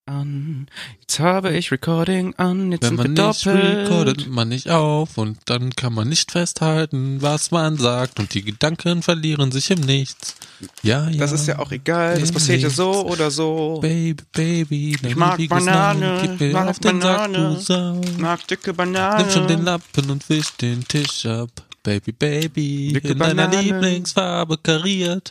an. Jetzt habe ich Recording an, jetzt Wenn sind wir man nicht doppelt. recordet man nicht auf und dann kann man nicht festhalten, was man sagt und die Gedanken verlieren sich im Nichts. Ja, ja. Das ist ja auch egal, das passiert ja so oder so. Baby, Baby, Ich mag Banane, gib mir mag auf den Sack, Banane. du Sau. Mag dicke Banane. Nimm schon den Lappen und wisch den Tisch ab. Baby, Baby, Dicke in deiner Banane. Lieblingsfarbe kariert.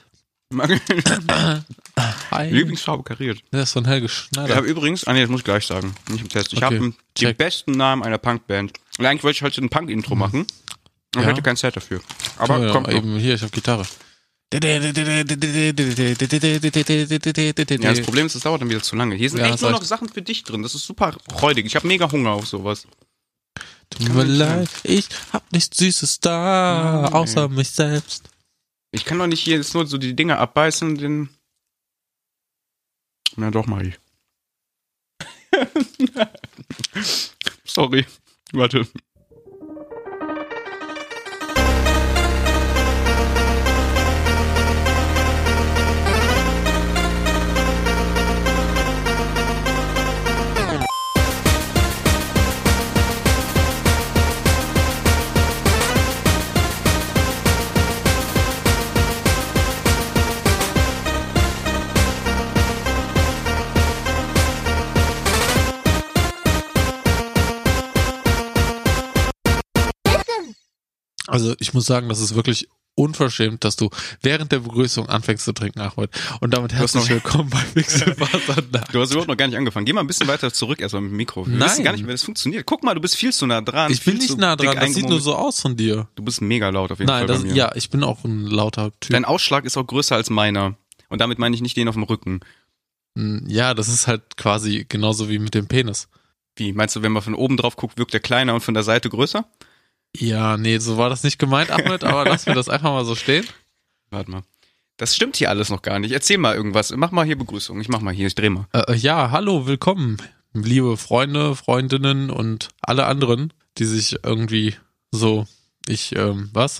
Hi. Lieblingsfarbe kariert. Das ist von Helge Ich Schneider. habe übrigens, das muss ich gleich sagen, nicht im Test. Ich Okay, habe den check. besten Namen einer Punkband. Und eigentlich wollte ich heute ein Punk-Intro machen. Und Ja. hatte keine Zeit dafür. Aber ja, kommt noch. eben hier, ich habe Gitarre. Ja, das Problem ist, es dauert dann wieder zu lange. Hier sind Ja, echt das nur reicht. noch Sachen für dich drin. Das ist super freudig. Ich habe mega Hunger auf sowas. Tut mir leid, ich hab nichts Süßes da, Nein. außer mich selbst. Ich kann doch nicht hier jetzt nur so die Dinger abbeißen, den... Na doch, mach ich. Sorry. Warte. Also ich muss sagen, das ist wirklich unverschämt, dass du während der Begrüßung anfängst zu trinken, Ahmed. Und damit herzlich noch- willkommen bei Wechselwasser. Du hast überhaupt noch gar nicht angefangen. Geh mal ein bisschen weiter zurück erstmal mit dem Mikro. Wir Nein. wissen gar nicht, wie das funktioniert. Guck mal, du bist viel zu nah dran. Ich bin viel nicht zu nah dick dran, das sieht nur eingemummelt. so aus von dir. Du bist mega laut auf jeden Nein, Fall das, bei mir. ja, ich bin auch ein lauter Typ. Dein Ausschlag ist auch größer als meiner. Und damit meine ich nicht den auf dem Rücken. Ja, das ist halt quasi genauso wie mit dem Penis. Wie? Meinst du, wenn man von oben drauf guckt, wirkt der kleiner und von der Seite größer? Ja, nee, so war das nicht gemeint, Ahmed, aber lass mir das einfach mal so stehen. Warte mal. Das stimmt hier alles noch gar nicht. Erzähl mal irgendwas. Mach mal hier Begrüßung. Ich mach mal hier. Ich dreh mal. Ja, hallo, willkommen, liebe Freunde, Freundinnen und alle anderen, die sich irgendwie so, was?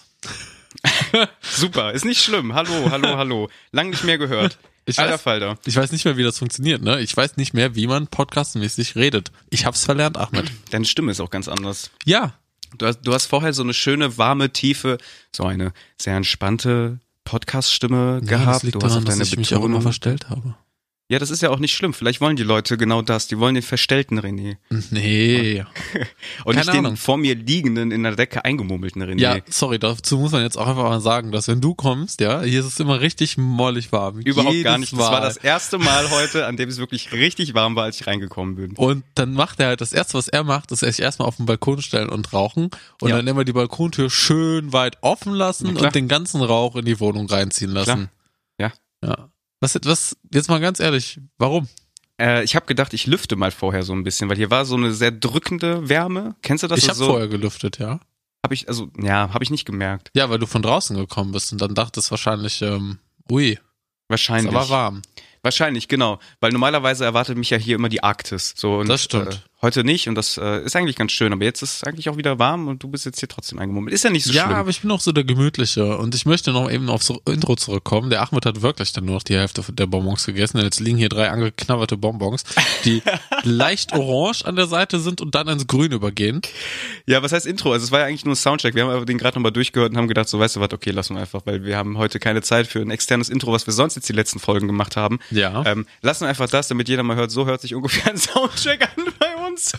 Super. Ist nicht schlimm. Hallo, hallo, hallo. Lang nicht mehr gehört. Ich Alter weiß, Falter. ich weiß nicht mehr, wie das funktioniert, ne? Ich weiß nicht mehr, wie man podcastmäßig redet. Ich hab's verlernt, Ahmed. Deine Stimme ist auch ganz anders. Ja, Du hast vorher so eine schöne, warme, tiefe, so eine sehr entspannte Podcast-Stimme das gehabt. liegt Du hast daran, auch dass deine ich mich auch immer Betonung. verstellt habe. Ja, das ist ja auch nicht schlimm. Vielleicht wollen die Leute genau das. Die wollen den verstellten René. Nee. Und Keine nicht den Ahnung. vor mir liegenden, in der Decke eingemurmelten René. Ja, sorry, dazu muss man jetzt auch einfach mal sagen, dass wenn du kommst, ja, hier ist es immer richtig mollig warm. Überhaupt Jedes gar nicht. Das war Mal. das erste Mal heute, an dem es wirklich richtig warm war, als ich reingekommen bin. Und dann macht er halt, das erste, was er macht, ist sich erstmal auf den Balkon stellen und rauchen und Ja. dann immer die Balkontür schön weit offen lassen Na klar. und den ganzen Rauch in die Wohnung reinziehen lassen. Ja. Ja. Was, jetzt mal ganz ehrlich, warum? Ich habe gedacht, ich lüfte mal vorher so ein bisschen, weil hier war so eine sehr drückende Wärme. Kennst du das? Ich habe so, vorher gelüftet, ja. Habe ich nicht gemerkt. Ja, weil du von draußen gekommen bist und dann dachtest wahrscheinlich, ui, ist Wahrscheinlich. aber warm. Wahrscheinlich, genau. Weil normalerweise erwartet mich ja hier immer die Arktis. So, und, Das stimmt. Heute nicht und das ist eigentlich ganz schön. Aber jetzt ist es eigentlich auch wieder warm und du bist jetzt hier trotzdem eingemummelt. Ist ja nicht so Ja, schlimm. aber ich bin auch so der Gemütliche und ich möchte noch eben aufs Intro zurückkommen. Der Ahmed hat wirklich dann nur noch die Hälfte der Bonbons gegessen. Jetzt liegen hier 3 angeknabberte Bonbons, die leicht orange an der Seite sind und dann ins Grün übergehen. Ja, was heißt Intro? Also es war ja eigentlich nur ein Soundcheck. Wir haben aber den gerade nochmal durchgehört und haben gedacht, so weißt du was, okay, lassen wir einfach, weil wir haben heute keine Zeit für ein externes Intro, was wir sonst jetzt die letzten Folgen gemacht haben. Ja. Lassen wir einfach das, damit jeder mal hört, so hört sich ungefähr ein Soundcheck an bei uns.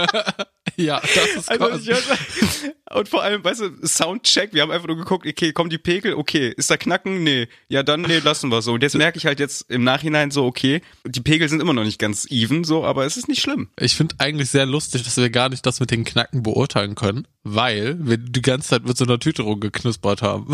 Ja, das ist Also quasi. und vor allem, weißt du, Soundcheck, wir haben einfach nur geguckt, okay, kommen die Pegel, okay, ist da Knacken? Nee. Ja, dann, nee, lassen wir so. Und jetzt merke ich halt jetzt im Nachhinein so, okay, die Pegel sind immer noch nicht ganz even, so, aber es ist nicht schlimm. Ich finde eigentlich sehr lustig, dass wir gar nicht das mit den Knacken beurteilen können, weil wir die ganze Zeit mit so einer Tüte rumgeknuspert haben,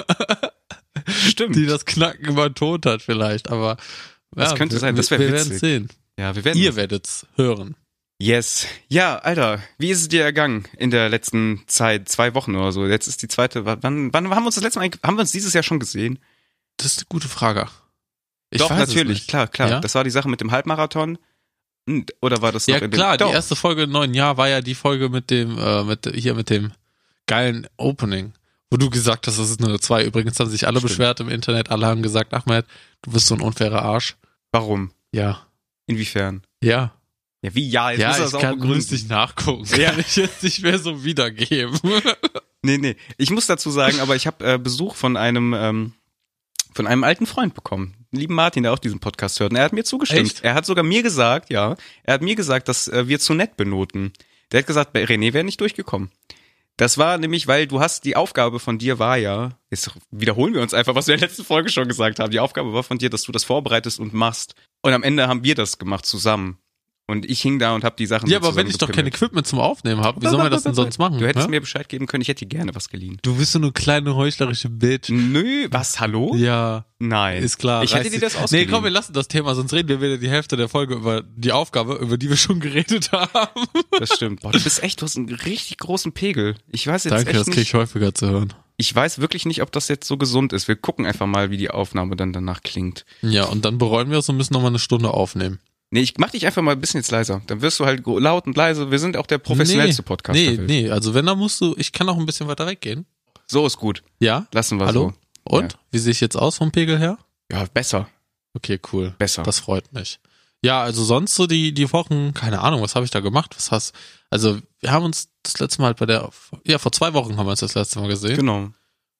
Stimmt. die das Knacken übertont hat vielleicht, aber Das könnte sein, das wär wir witzig. werden sehen. Ja, wir werden. Ihr werdet's hören. Yes. Ja, Alter, wie ist es dir ergangen in der letzten Zeit? 2 Wochen oder so. Jetzt ist die zweite, wann haben wir uns das letzte Mal, haben wir uns dieses Jahr schon gesehen? Das ist eine gute Frage. Ich Doch, weiß es natürlich, nicht. klar. Ja? Das war die Sache mit dem Halbmarathon. Oder war das noch Ja in klar, dem... die erste Folge im neuen Jahr war ja die Folge mit dem, mit dem geilen Opening, wo du gesagt hast, das ist eine 2. Übrigens haben sich alle Stimmt. beschwert im Internet, alle haben gesagt, Ahmed, du bist so ein unfairer Arsch. Warum? Ja, Inwiefern? Ja. Ja, wie ja? Jetzt Ja, muss er ich das auch kann, begründen. müsste ich nachgucken. Ja. Kann ich jetzt nicht mehr so wiedergeben. Nee. Ich muss dazu sagen, aber ich habe Besuch von einem alten Freund bekommen. Lieben Martin, der auch diesen Podcast hört. Und er hat mir zugestimmt. Echt? Er hat sogar mir gesagt, dass wir zu nett benoten. Der hat gesagt, bei René wäre nicht durchgekommen. Das war nämlich, weil die Aufgabe von dir war ja, jetzt wiederholen wir uns einfach, was wir in der letzten Folge schon gesagt haben. Die Aufgabe war von dir, dass du das vorbereitest und machst. Und am Ende haben wir das gemacht zusammen. Und ich hing da und habe die Sachen Ja, aber wenn ich doch kein Equipment zum Aufnehmen habe, wie sollen wir das denn sonst machen? Du hättest ne? mir Bescheid geben können, ich hätte dir gerne was geliehen. Du bist so eine kleine heuchlerische Bitch. Nö, was, hallo? Ja, Nein. ist klar. Ich hätte dir das ausgeliehen. Nee, komm, wir lassen das Thema, sonst reden wir wieder die Hälfte der Folge über die Aufgabe, über die wir schon geredet haben. Das stimmt. Boah, du hast einen richtig großen Pegel. Ich weiß jetzt Danke, echt das krieg nicht. ich häufiger zu hören. Ich weiß wirklich nicht, ob das jetzt so gesund ist. Wir gucken einfach mal, wie die Aufnahme dann danach klingt. Ja, und dann bereuen wir es und müssen nochmal eine Stunde aufnehmen. Nee, ich mach dich einfach mal ein bisschen jetzt leiser. Dann wirst du halt laut und leise. Wir sind auch der professionellste Podcast der Welt. Nee, also wenn, dann musst du, ich kann auch ein bisschen weiter weggehen. So ist gut. Ja? Lassen wir Hallo? so. Und? Ja. Wie sehe ich jetzt aus vom Pegel her? Ja, besser. Okay, cool. Besser. Das freut mich. Ja, also sonst so die Wochen, keine Ahnung, was habe ich da gemacht? Also wir haben uns das letzte Mal vor 2 Wochen haben wir uns das letzte Mal gesehen. Genau.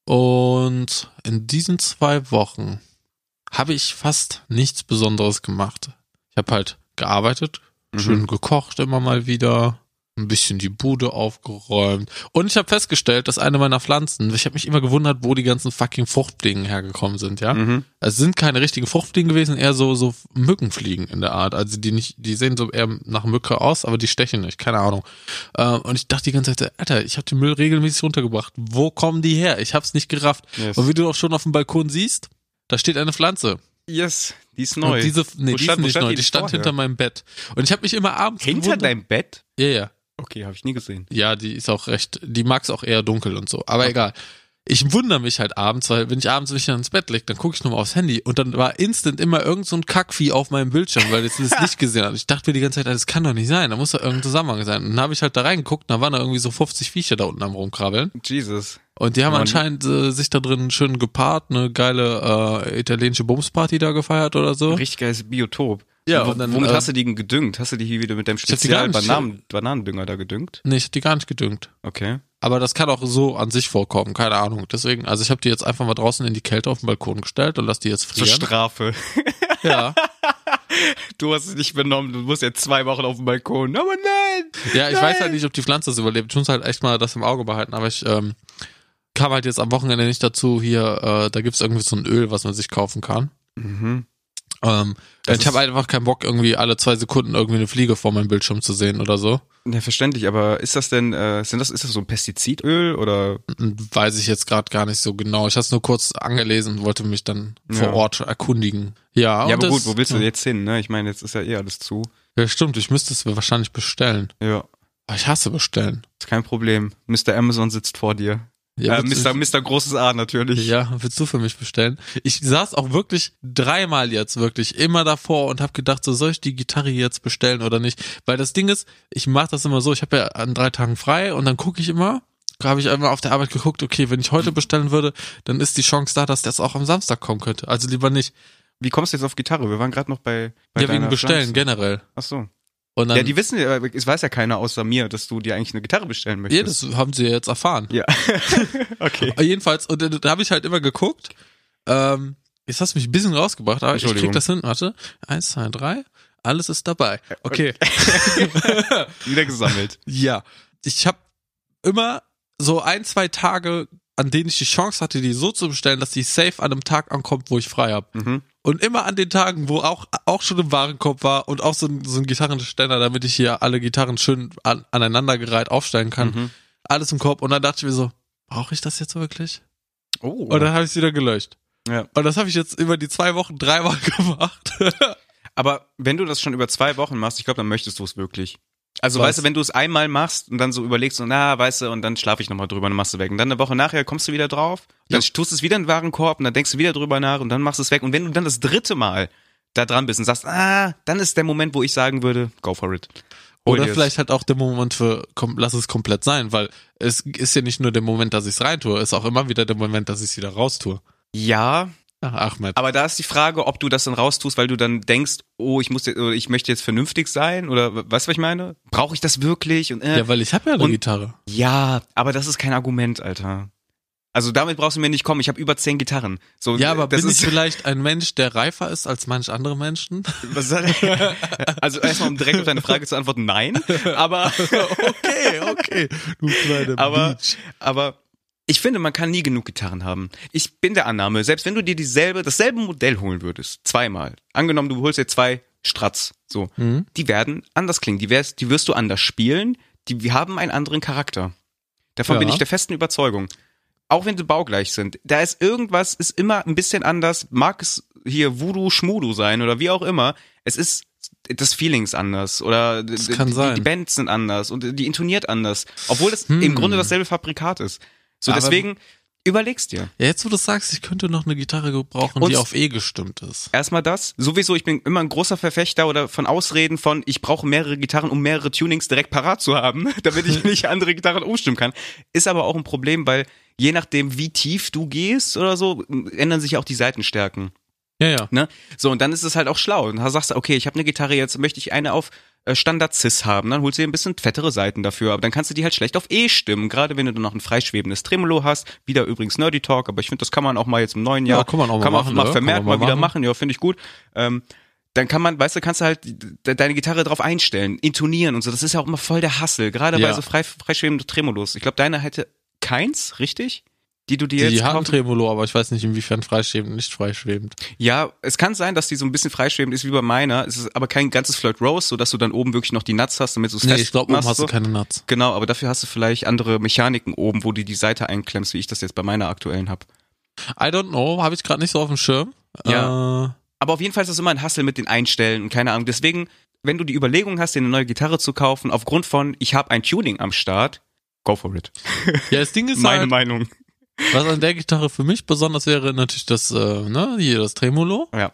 Und in diesen 2 Wochen habe ich fast nichts Besonderes gemacht. Ich habe halt gearbeitet, schön gekocht immer mal wieder, ein bisschen die Bude aufgeräumt. Und ich habe festgestellt, dass eine meiner Pflanzen, ich habe mich immer gewundert, wo die ganzen fucking Fruchtfliegen hergekommen sind, ja. Mhm. Es sind keine richtigen Fruchtfliegen gewesen, eher so Mückenfliegen in der Art. Also die sehen so eher nach Mücke aus, aber die stechen nicht, keine Ahnung. Und ich dachte die ganze Zeit, Alter, ich habe den Müll regelmäßig runtergebracht. Wo kommen die her? Ich hab's nicht gerafft. Yes. Und wie du auch schon auf dem Balkon siehst, da steht eine Pflanze. Yes, die ist neu. Und die ist nicht neu, die stand vorher? hinter meinem Bett. Und ich habe mich immer abends Hinter gewundert. deinem Bett? Ja. Okay, habe ich nie gesehen. Ja, die ist auch die mag's auch eher dunkel und so. Aber egal. Ich wundere mich halt abends, weil wenn ich abends wieder ins Bett leg, dann gucke ich nochmal aufs Handy und dann war instant immer irgend so ein Kackvieh auf meinem Bildschirm, weil ich das Licht gesehen habe. Ich dachte mir die ganze Zeit, das kann doch nicht sein, da muss doch irgendein Zusammenhang sein. Und dann habe ich halt da reingeguckt, da waren da irgendwie so 50 Viecher da unten am rumkrabbeln. Jesus. Und die haben Mann. anscheinend sich da drin schön gepaart, eine geile italienische Bumsparty da gefeiert oder so. Richtig geiles Biotop. Ja, und und dann, womit hast du die denn gedüngt? Hast du die hier wieder mit deinem hab die gar Spezial nicht- Bananendünger da gedüngt? Nee, ich hab die gar nicht gedüngt. Okay. Aber das kann auch so an sich vorkommen, keine Ahnung. Deswegen, also ich habe die jetzt einfach mal draußen in die Kälte auf den Balkon gestellt und lass die jetzt Zur frieren. Strafe. Ja. Du hast es nicht benommen, du musst jetzt 2 Wochen auf dem Balkon. Aber nein! Ja, ich Nein. weiß halt nicht, ob die Pflanze das überlebt. Ich muss halt echt mal das im Auge behalten. Aber ich kam halt jetzt am Wochenende nicht dazu, hier, da gibt's irgendwie so ein Öl, was man sich kaufen kann. Mhm. Ich habe einfach keinen Bock, irgendwie alle 2 Sekunden irgendwie eine Fliege vor meinem Bildschirm zu sehen oder so. Ja, verständlich, aber ist das denn, ist das so ein Pestizidöl oder? Weiß ich jetzt gerade gar nicht so genau. Ich habe es nur kurz angelesen und wollte mich dann vor Ja. Ort erkundigen. Ja, Ja, und aber das, gut, wo willst du jetzt hin, ne? Ich meine, jetzt ist ja eh alles zu. Ja, stimmt, ich müsste es wahrscheinlich bestellen. Ja, Aber ich hasse bestellen. ist kein Problem. Mr. Amazon sitzt vor dir. Ja, Mr. Großes A natürlich. Ja, willst du für mich bestellen? Ich saß auch wirklich 3-mal jetzt wirklich immer davor und habe gedacht, so soll ich die Gitarre jetzt bestellen oder nicht? Weil das Ding ist, ich mache das immer so, ich habe ja an 3 Tagen frei und dann gucke ich immer, habe ich einmal auf der Arbeit geguckt, okay, wenn ich heute bestellen würde, dann ist die Chance da, dass das auch am Samstag kommen könnte. Also lieber nicht. Wie kommst du jetzt auf Gitarre? Wir waren gerade noch bei Ja, wegen deiner Bestellen Pflanze. generell. Ach so. Und dann, Ja, die wissen ja, es weiß ja keiner außer mir, dass du dir eigentlich eine Gitarre bestellen ja, möchtest. das haben sie ja jetzt erfahren. Ja. Okay. Jedenfalls, und da habe ich halt immer geguckt, jetzt hast du mich ein bisschen rausgebracht, aber ich krieg Entschuldigung. das hin, warte, 1, 2, 3, alles ist dabei. Okay. Wieder gesammelt. Ja, ich habe immer so 1-2 Tage, an denen ich die Chance hatte, die so zu bestellen, dass die safe an einem Tag ankommt, wo ich frei habe. Mhm. Und immer an den Tagen, wo auch schon im Warenkorb war und auch so ein Gitarrenständer, damit ich hier alle Gitarren schön aneinandergereiht aufstellen kann. Mhm. Alles im Korb. Und dann dachte ich mir so, brauche ich das jetzt wirklich? Oh. Und dann habe ich es wieder gelöscht. Ja. Und das habe ich jetzt über die 2 Wochen 3-mal gemacht. Aber wenn du das schon über 2 Wochen machst, ich glaube, dann möchtest du es wirklich. Also, Was? weißt du, wenn du es einmal machst und dann so überlegst, und weißt du, und dann schlafe ich nochmal drüber und dann machst du weg. Und dann eine Woche nachher kommst du wieder drauf, dann tust du es wieder in den Warenkorb und dann denkst du wieder drüber nach und dann machst du es weg. Und wenn du dann das 3. Mal da dran bist und sagst, dann ist der Moment, wo ich sagen würde, go for it. Hol Oder dir's. vielleicht halt auch der Moment lass es komplett sein, weil es ist ja nicht nur der Moment, dass ich es reintue, es ist auch immer wieder der Moment, dass ich es wieder raustue. Ja, Ach, Ahmed. Aber da ist die Frage, ob du das dann raustust, weil du dann denkst, oh, ich möchte jetzt vernünftig sein oder weißt du, was ich meine? Brauche ich das wirklich? Und, Ja, weil ich habe ja eine und- Gitarre. Ja, aber das ist kein Argument, Alter. Also damit brauchst du mir nicht kommen, ich habe über 10 Gitarren. So, Ja, aber das bin ich ist, vielleicht ein Mensch, der reifer ist als manch andere Menschen? was soll also erstmal, um direkt auf deine Frage zu antworten, nein. Aber, Okay. Du kleine aber ich finde, man kann nie genug Gitarren haben. Ich bin der Annahme, selbst wenn du dir dasselbe Modell holen würdest, zweimal, angenommen, du holst dir 2 Strats, so, die werden anders klingen, die wirst du anders spielen, die haben einen anderen Charakter. Davon Ja. bin ich der festen Überzeugung. Auch wenn sie baugleich sind, da ist irgendwas, ist immer ein bisschen anders, mag es hier Voodoo, Schmudu sein oder wie auch immer, es ist das Feeling ist anders oder kann sein. die Bands sind anders und die intoniert anders, obwohl das im Grunde dasselbe Fabrikat ist. So, Aber- deswegen überleg's dir. Ja, jetzt wo du sagst, ich könnte noch eine Gitarre gebrauchen, Und- die auf E gestimmt ist. Erstmal das. Sowieso, ich bin immer ein großer Verfechter oder von Ausreden von, ich brauche mehrere Gitarren, um mehrere Tunings direkt parat zu haben, damit ich nicht andere Gitarren umstimmen kann. Ist aber auch ein Problem, weil je nachdem, wie tief du gehst oder so, ändern sich auch die Saitenstärken. Ja. Ne? So, und dann ist es halt auch schlau. Und da sagst du, okay, ich habe eine Gitarre, jetzt möchte ich eine auf Standard Cis haben, dann holst du dir ein bisschen fettere Seiten dafür, aber dann kannst du die halt schlecht auf E stimmen, gerade wenn du dann noch ein freischwebendes Tremolo hast, wieder übrigens Nerdy Talk, aber ich finde, das kann man auch mal jetzt im neuen Jahr, Ja, kann man auch mal machen, ne? vermehrt Kann man mal wieder machen. machen, ja, finde ich gut. Dann kann man, weißt du, kannst du halt deine Gitarre drauf einstellen, intonieren und so, das ist ja auch immer voll der Hassel, gerade Ja. bei so freischwebenden Tremolos. Ich glaube, deine hätte keins, richtig? Die du dir Die jetzt hat ein kaufen- Tremolo, aber ich weiß nicht, inwiefern freischwebend, nicht freischwebend. Ja, es kann sein, dass die so ein bisschen freischwebend ist wie bei meiner. Es ist aber kein ganzes Flirt Rose, so dass du dann oben wirklich noch die Nuts hast, damit du es Nee, fest ich glaube, oben machst, hast so. du keine Nuts. Genau, aber dafür hast du vielleicht andere Mechaniken oben, wo du die Seite einklemmst, wie ich das jetzt bei meiner aktuellen habe. I don't know, habe ich gerade nicht so auf dem Schirm. Ja. Aber auf jeden Fall ist das immer ein Hassel mit den Einstellen und keine Ahnung. Deswegen, wenn du die Überlegung hast, dir eine neue Gitarre zu kaufen, aufgrund von, ich habe ein Tuning am Start, go for it. Ja, das Ding ist Meine halt, Meinung. was an der Gitarre für mich besonders wäre, natürlich das, hier das Tremolo. Ja.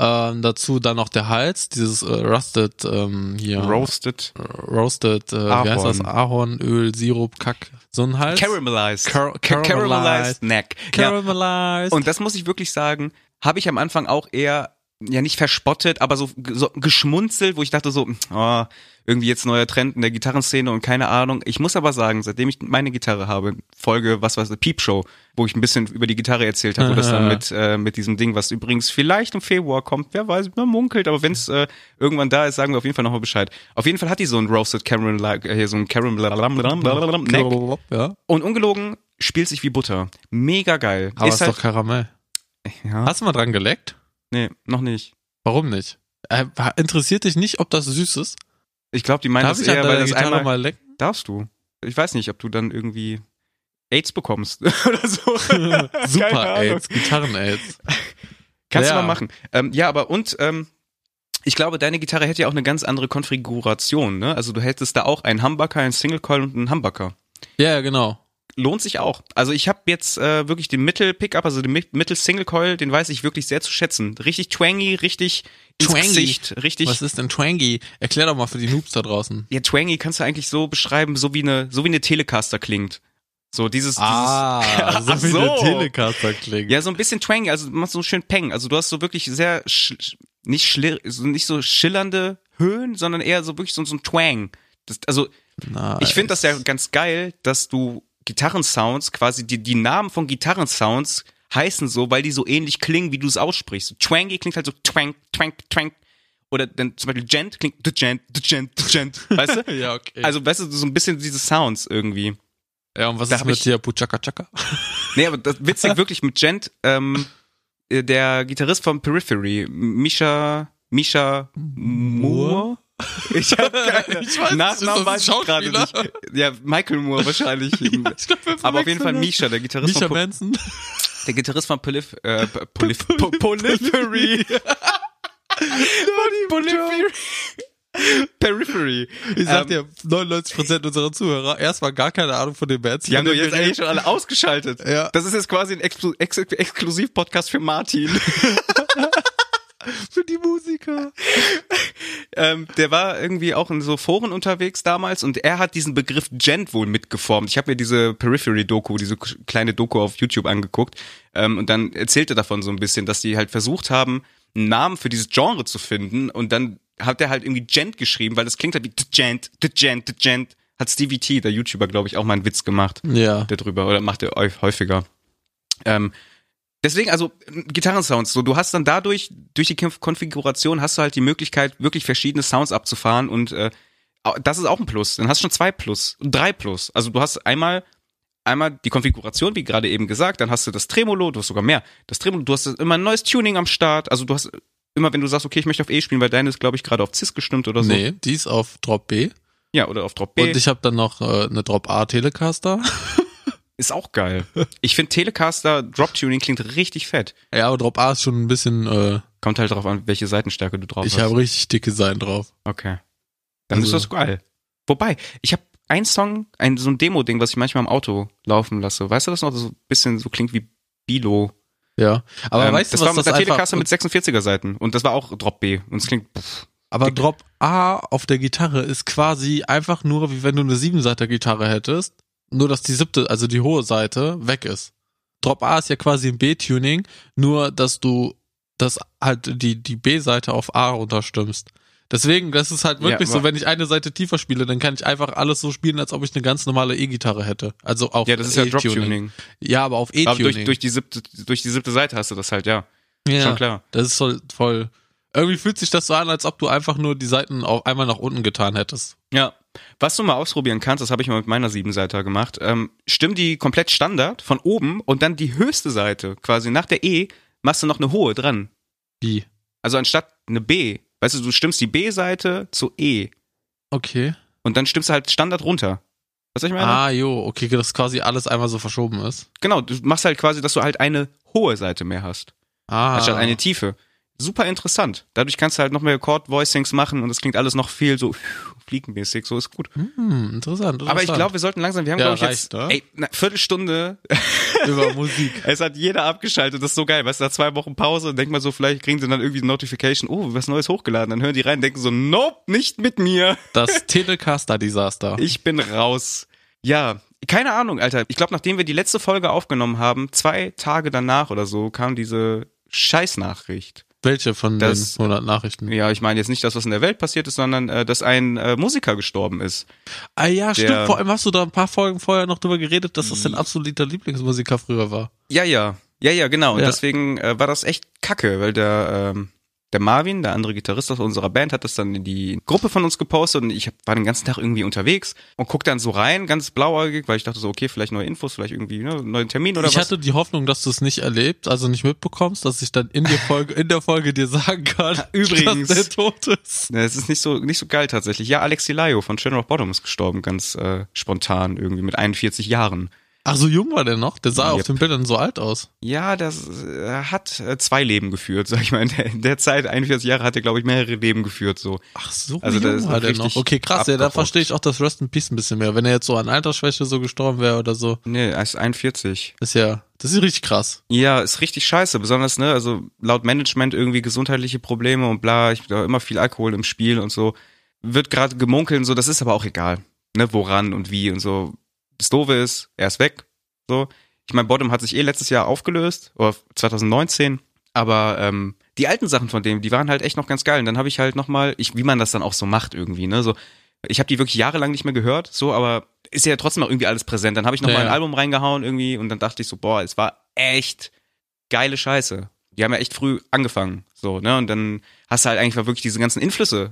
Dazu dann noch der Hals, dieses Rusted, hier. Roasted. Roasted, wie heißt das? Ahornöl, Sirup, Kack. So ein Hals. Caramelized. Caramelized Neck. Ja. Caramelized. Und das muss ich wirklich sagen, habe ich am Anfang auch eher, ja nicht verspottet, aber so geschmunzelt, wo ich dachte so, oh, irgendwie jetzt neuer Trend in der Gitarrenszene und keine Ahnung. Ich muss aber sagen, seitdem ich meine Gitarre habe, Folge, Peep Show, wo ich ein bisschen über die Gitarre erzählt habe, wo das dann mit diesem Ding, was übrigens vielleicht im Februar kommt, wer weiß, man munkelt, aber wenn es irgendwann da ist, sagen wir auf jeden Fall nochmal Bescheid. Auf jeden Fall hat die so ein Roasted Caramel, hier so ein Caramel Neck ja. und ungelogen spielt sich wie Butter. Mega geil. Aber ist doch Karamell. ja, Hast du mal dran geleckt? nee, noch nicht. Warum nicht? Interessiert dich nicht, ob das süß ist? Ich glaube, die meinen Darf das ich an eher, weil deiner das Gitarre einmal mal lecken? darfst du. Ich weiß nicht, ob du dann irgendwie AIDS bekommst oder so. Keine Super Ahnung. AIDS, Gitarren-AIDS. Kannst Ja. du mal machen. Ja, aber ich glaube, deine Gitarre hätte ja auch eine ganz andere Konfiguration, ne? Also du hättest da auch einen Humbucker, einen Single Coil und einen Humbucker. Ja, genau. Lohnt sich auch. Also ich habe jetzt wirklich den Mittel-Pickup, also den Mittel-Single-Coil, den weiß ich wirklich sehr zu schätzen. Richtig twangy, richtig ins Twangy? Gesicht, richtig. Was ist denn Twangy? Erklär doch mal für die Noobs da draußen. Ja, twangy kannst du eigentlich so beschreiben, so wie eine Telecaster klingt. So dieses so Ach wie so. eine Telecaster klingt. ja, so ein bisschen twangy, also du machst so schön Peng. Also du hast so wirklich sehr nicht so schillernde Höhen, sondern eher so wirklich so ein Twang. Nice. Ich finde das ja ganz geil, dass du Gitarrensounds, quasi die Namen von Gitarrensounds heißen so, weil die so ähnlich klingen, wie du es aussprichst. So Twangy klingt halt so Twank, Twank, Twank. Oder dann zum Beispiel Gent klingt Gent, weißt du? Ja, okay. Also, weißt du, so ein bisschen diese Sounds irgendwie. ja, und was da ist hab mit ich- dir Puchaka Chaka? Nee, aber das witzig wirklich mit Gent, der Gitarrist von Periphery, Misha Moore? Ich hab keine Ich weiß nicht, Nachnamen ist das weiß ein ich gerade nicht. Schauspieler? Ja, Michael Moore wahrscheinlich. Ich glaub, wir Aber auf jeden Fall verwechseln Misha, der Gitarrist Misha von Manson. der Gitarrist von Periphery. Periphery. Ich sag dir, 99% unserer Zuhörer erstmal gar keine Ahnung von dem Bands. Die haben doch jetzt eigentlich schon alle ausgeschaltet. Ja. Das ist jetzt quasi ein Exklusiv-Podcast für Martin. Für die Musiker. Der war irgendwie auch in so Foren unterwegs damals und er hat diesen Begriff Gent wohl mitgeformt. Ich habe mir diese Periphery-Doku, diese kleine Doku auf YouTube angeguckt und dann erzählte davon so ein bisschen, dass die halt versucht haben, einen Namen für dieses Genre zu finden und dann hat er halt irgendwie Gent geschrieben, weil das klingt halt wie The Gent. Hat Stevie T, der YouTuber, glaube ich, auch mal einen Witz gemacht darüber oder macht er häufiger. Deswegen, also Gitarrensounds, so du hast dann durch die Konfiguration hast du halt die Möglichkeit, wirklich verschiedene Sounds abzufahren und das ist auch ein Plus. Dann hast du schon 2 Plus und 3 Plus. Also du hast einmal die Konfiguration, wie gerade eben gesagt, dann hast du das Tremolo, du hast sogar mehr. Das Tremolo, du hast immer ein neues Tuning am Start, also du hast immer, wenn du sagst, okay, ich möchte auf E spielen, weil deine ist, glaube ich, gerade auf Cis gestimmt oder so. Nee, die ist auf Drop B. Ja, oder auf Drop B. Und ich habe dann noch eine Drop A Telecaster. Ist auch geil. Ich finde Telecaster Drop-Tuning klingt richtig fett. Ja, aber Drop A ist schon ein bisschen... Kommt halt drauf an, welche Seitenstärke du drauf hast. Ich habe richtig dicke Seiten drauf. Okay. Dann ist das geil. Wobei, ich habe einen Song, so ein Demo-Ding, was ich manchmal im Auto laufen lasse. Weißt du das noch? Das so ein bisschen so klingt wie Bilo. Ja, aber weißt du, das was war mit das der einfach... Telecaster mit 46er Seiten und das war auch Drop B und es klingt... Aber Drop A auf der Gitarre ist quasi einfach nur, wie wenn du eine 7-Seiter Gitarre hättest, nur dass die 7., also die hohe Seite, weg ist. Drop A ist ja quasi ein B-Tuning, nur dass du das halt die B-Seite auf A runterstimmst. Deswegen, das ist halt wirklich so, wenn ich eine Seite tiefer spiele, dann kann ich einfach alles so spielen, als ob ich eine ganz normale E-Gitarre hätte. Also auf ja, das ist ja Drop-Tuning. Ja, aber auf E-Tuning. Aber durch die siebte Seite hast du das halt, ja. Schon klar. Das ist voll... Irgendwie fühlt sich das so an, als ob du einfach nur die Seiten auch einmal nach unten getan hättest. Ja. Was du mal ausprobieren kannst, das habe ich mal mit meiner 7-Seiter gemacht, stimm die komplett Standard von oben und dann die höchste Seite, quasi nach der E, machst du noch eine hohe dran. Wie? Also anstatt eine B, weißt du stimmst die B-Seite zu E. Okay. Und dann stimmst du halt Standard runter. Was ich meine? Ah, jo, okay, dass quasi alles einmal so verschoben ist. Genau, du machst halt quasi, dass du halt eine hohe Seite mehr hast. Anstatt eine tiefe. Super interessant. Dadurch kannst du halt noch mehr Chord-Voicings machen und es klingt alles noch viel so fliegenmäßig, so ist gut. Interessant. Aber ich glaube, wir sollten langsam, wir haben glaube ich reicht, jetzt eine Viertelstunde über Musik. Es hat jeder abgeschaltet, das ist so geil, weißt du, nach 2 Wochen Pause und denk mal so, vielleicht kriegen sie dann irgendwie eine Notification, oh, was Neues hochgeladen, dann hören die rein und denken so, nope, nicht mit mir. Das Telecaster-Desaster. Ich bin raus. Ja, keine Ahnung, Alter. Ich glaube, nachdem wir die letzte Folge aufgenommen haben, 2 Tage danach oder so, kam diese Scheißnachricht. Welche von den 100 Nachrichten? Ja, ich meine jetzt nicht das, was in der Welt passiert ist, sondern dass ein Musiker gestorben ist. Ah ja, stimmt. Vor allem hast du da ein paar Folgen vorher noch drüber geredet, dass das dein absoluter Lieblingsmusiker früher war. Ja, genau. Und deswegen war das echt kacke, weil der Marvin, der andere Gitarrist aus unserer Band, hat das dann in die Gruppe von uns gepostet und ich war den ganzen Tag irgendwie unterwegs und guck dann so rein, ganz blauäugig, weil ich dachte so, okay, vielleicht neue Infos, vielleicht irgendwie neuen Termin oder was. Ich hatte die Hoffnung, dass du es nicht erlebst, also nicht mitbekommst, dass ich dann in der Folge dir sagen kann, übrigens, dass der tot ist. Ne, es ist nicht so geil tatsächlich. Ja, Alexi Laio von Children of Bottom ist gestorben, ganz spontan irgendwie mit 41 Jahren. Ach, so jung war der noch? Der sah auf den Bildern so alt aus. Ja, das hat 2 Leben geführt, sag ich mal. In der Zeit, 41 Jahre, hat er, glaube ich, mehrere Leben geführt. So. Ach so, also jung war der noch. Okay, krass, ja, da verstehe ich auch das Rest in Peace ein bisschen mehr. Wenn er jetzt so an Altersschwäche so gestorben wäre oder so. Nee, er ist 41. Das ist richtig krass. Ja, ist richtig scheiße. Besonders, ne, also laut Management irgendwie gesundheitliche Probleme und bla, da immer viel Alkohol im Spiel und so. Wird gerade gemunkelt und so, das ist aber auch egal. Ne, woran und wie und so. Das Doofe ist, er ist weg. So. Ich meine, Bottom hat sich letztes Jahr aufgelöst, oder 2019, aber die alten Sachen von dem, die waren halt echt noch ganz geil. Und dann habe ich halt nochmal, wie man das dann auch so macht irgendwie, ne, so, ich habe die wirklich jahrelang nicht mehr gehört, so, aber ist ja trotzdem auch irgendwie alles präsent. Dann habe ich nochmal ein Album reingehauen irgendwie und dann dachte ich so, boah, es war echt geile Scheiße. Die haben ja echt früh angefangen, so, ne, und dann hast du halt eigentlich wirklich diese ganzen Einflüsse.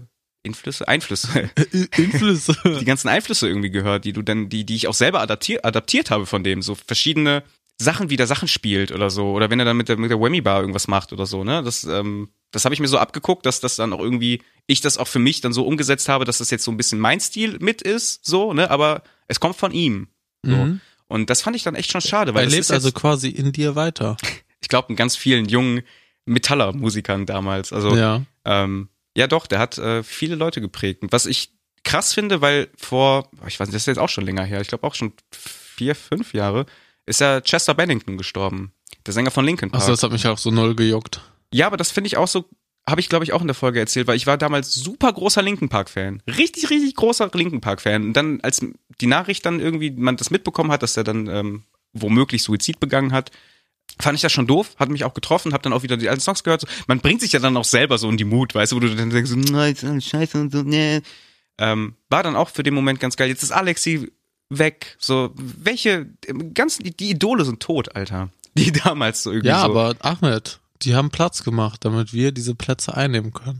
Die ganzen Einflüsse irgendwie gehört, die ich auch selber adaptiert habe von dem. So verschiedene Sachen, wie der Sachen spielt oder so. Oder wenn er dann mit der Whammy Bar irgendwas macht oder so, ne? Das habe ich mir so abgeguckt, dass das dann auch irgendwie, ich das auch für mich dann so umgesetzt habe, dass das jetzt so ein bisschen mein Stil mit ist, so, ne? Aber es kommt von ihm. So. Mhm. Und das fand ich dann echt schon schade. Weil er lebt also quasi in dir weiter. Ich glaube, in ganz vielen jungen Metaller-Musikern damals. Also, ja doch, der hat viele Leute geprägt. Und was ich krass finde, weil ich weiß nicht, das ist jetzt auch schon länger her, ich glaube auch schon 4, 5 Jahre, ist ja Chester Bennington gestorben. Der Sänger von Linkin Park. Achso, das hat mich auch so null gejuckt. Ja, aber das finde ich auch so habe ich, glaube ich, auch in der Folge erzählt, weil ich war damals super großer Linkin Park-Fan. Richtig, richtig großer Linkin Park-Fan. Und dann, als die Nachricht dann irgendwie, man das mitbekommen hat, dass er dann womöglich Suizid begangen hat, fand ich das schon doof, hat mich auch getroffen, hab dann auch wieder die alten Songs gehört. So. Man bringt sich ja dann auch selber so in die Mut, weißt du, wo du dann denkst, nein, scheiße und so, ne. War dann auch für den Moment ganz geil. Jetzt ist Alexi weg. So, die Idole sind tot, Alter. Die damals so irgendwie Ja, so. aber Ahmed, die haben Platz gemacht, damit wir diese Plätze einnehmen können.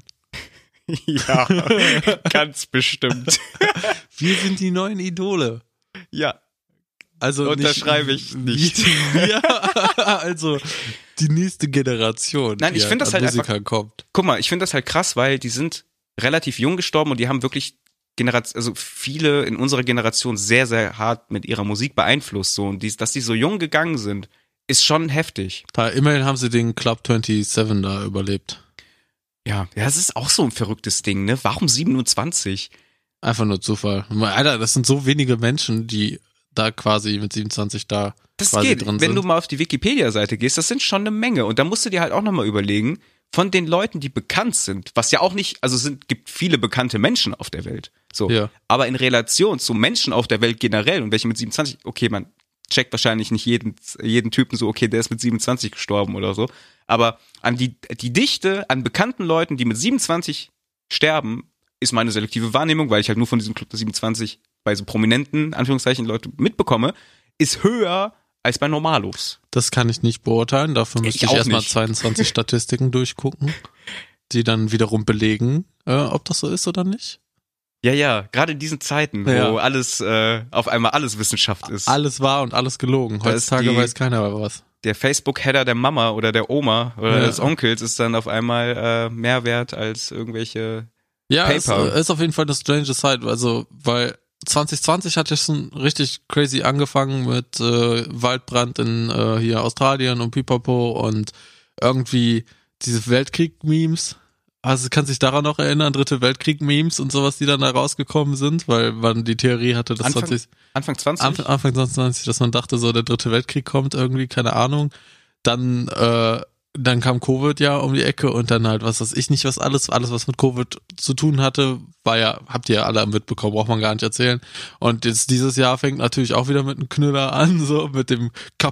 Ja, ganz bestimmt. Wir sind die neuen Idole. Ja. Also Unterschreibe ich nicht. Ja, also die nächste Generation, Nein, ich finde das halt Musikern einfach, kommt. Guck mal, ich finde das halt krass, weil die sind relativ jung gestorben und die haben wirklich also viele in unserer Generation sehr, sehr hart mit ihrer Musik beeinflusst. So. Und dass die so jung gegangen sind, ist schon heftig. Immerhin haben sie den Club 27 da überlebt. Ja, das ist auch so ein verrücktes Ding, ne? Warum 27? Einfach nur Zufall. Alter, das sind so wenige Menschen, die da quasi mit 27 da das quasi geht. drin sind. Wenn du mal auf die Wikipedia-Seite gehst, das sind schon eine Menge. Und da musst du dir halt auch nochmal überlegen, von den Leuten, die bekannt sind, was ja auch nicht, also gibt viele bekannte Menschen auf der Welt. So. Ja. Aber in Relation zu Menschen auf der Welt generell und welche mit 27, okay, man checkt wahrscheinlich nicht jeden Typen so, okay, der ist mit 27 gestorben oder so. Aber an die Dichte an bekannten Leuten, die mit 27 sterben, ist meine selektive Wahrnehmung, weil ich halt nur von diesem Club der 27 bei so prominenten, Anführungszeichen, Leute mitbekomme, ist höher als bei Normalos. Das kann ich nicht beurteilen. Dafür müsste ich erstmal nicht. 22 Statistiken durchgucken, die dann wiederum belegen, ob das so ist oder nicht. Ja, gerade in diesen Zeiten, wo alles auf einmal alles Wissenschaft ist. Alles wahr und alles gelogen. Heutzutage weiß keiner was. Der Facebook-Header der Mama oder der Oma oder des Onkels ist dann auf einmal mehr wert als irgendwelche Paper. Es ist auf jeden Fall eine strange Zeit, also weil 2020 hat ja schon richtig crazy angefangen mit Waldbrand in hier Australien und Pipapo und irgendwie diese Weltkrieg-Memes. Also kannst dich daran noch erinnern, Dritte Weltkrieg-Memes und sowas, die dann da rausgekommen sind, weil man die Theorie hatte, dass Anfang 20? Anfang 2020, dass man dachte, so der Dritte Weltkrieg kommt irgendwie, keine Ahnung. Dann kam Covid ja um die Ecke und dann halt, was weiß ich nicht, alles, was mit Covid zu tun hatte, war ja, habt ihr ja alle mitbekommen, braucht man gar nicht erzählen. Und jetzt dieses Jahr fängt natürlich auch wieder mit einem Knüller an, so mit dem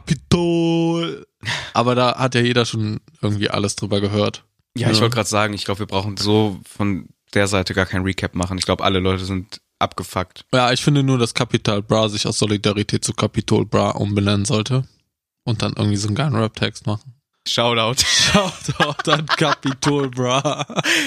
Kapitol. Aber da hat ja jeder schon irgendwie alles drüber gehört. Ja, ich wollte gerade sagen, ich glaube, wir brauchen so von der Seite gar kein Recap machen. Ich glaube, alle Leute sind abgefuckt. Ja, ich finde nur, dass Capital Bra sich aus Solidarität zu Capitol Bra umbenennen sollte und dann irgendwie so einen geilen Rap-Text machen. Shoutout. Shoutout an Capitol Bra.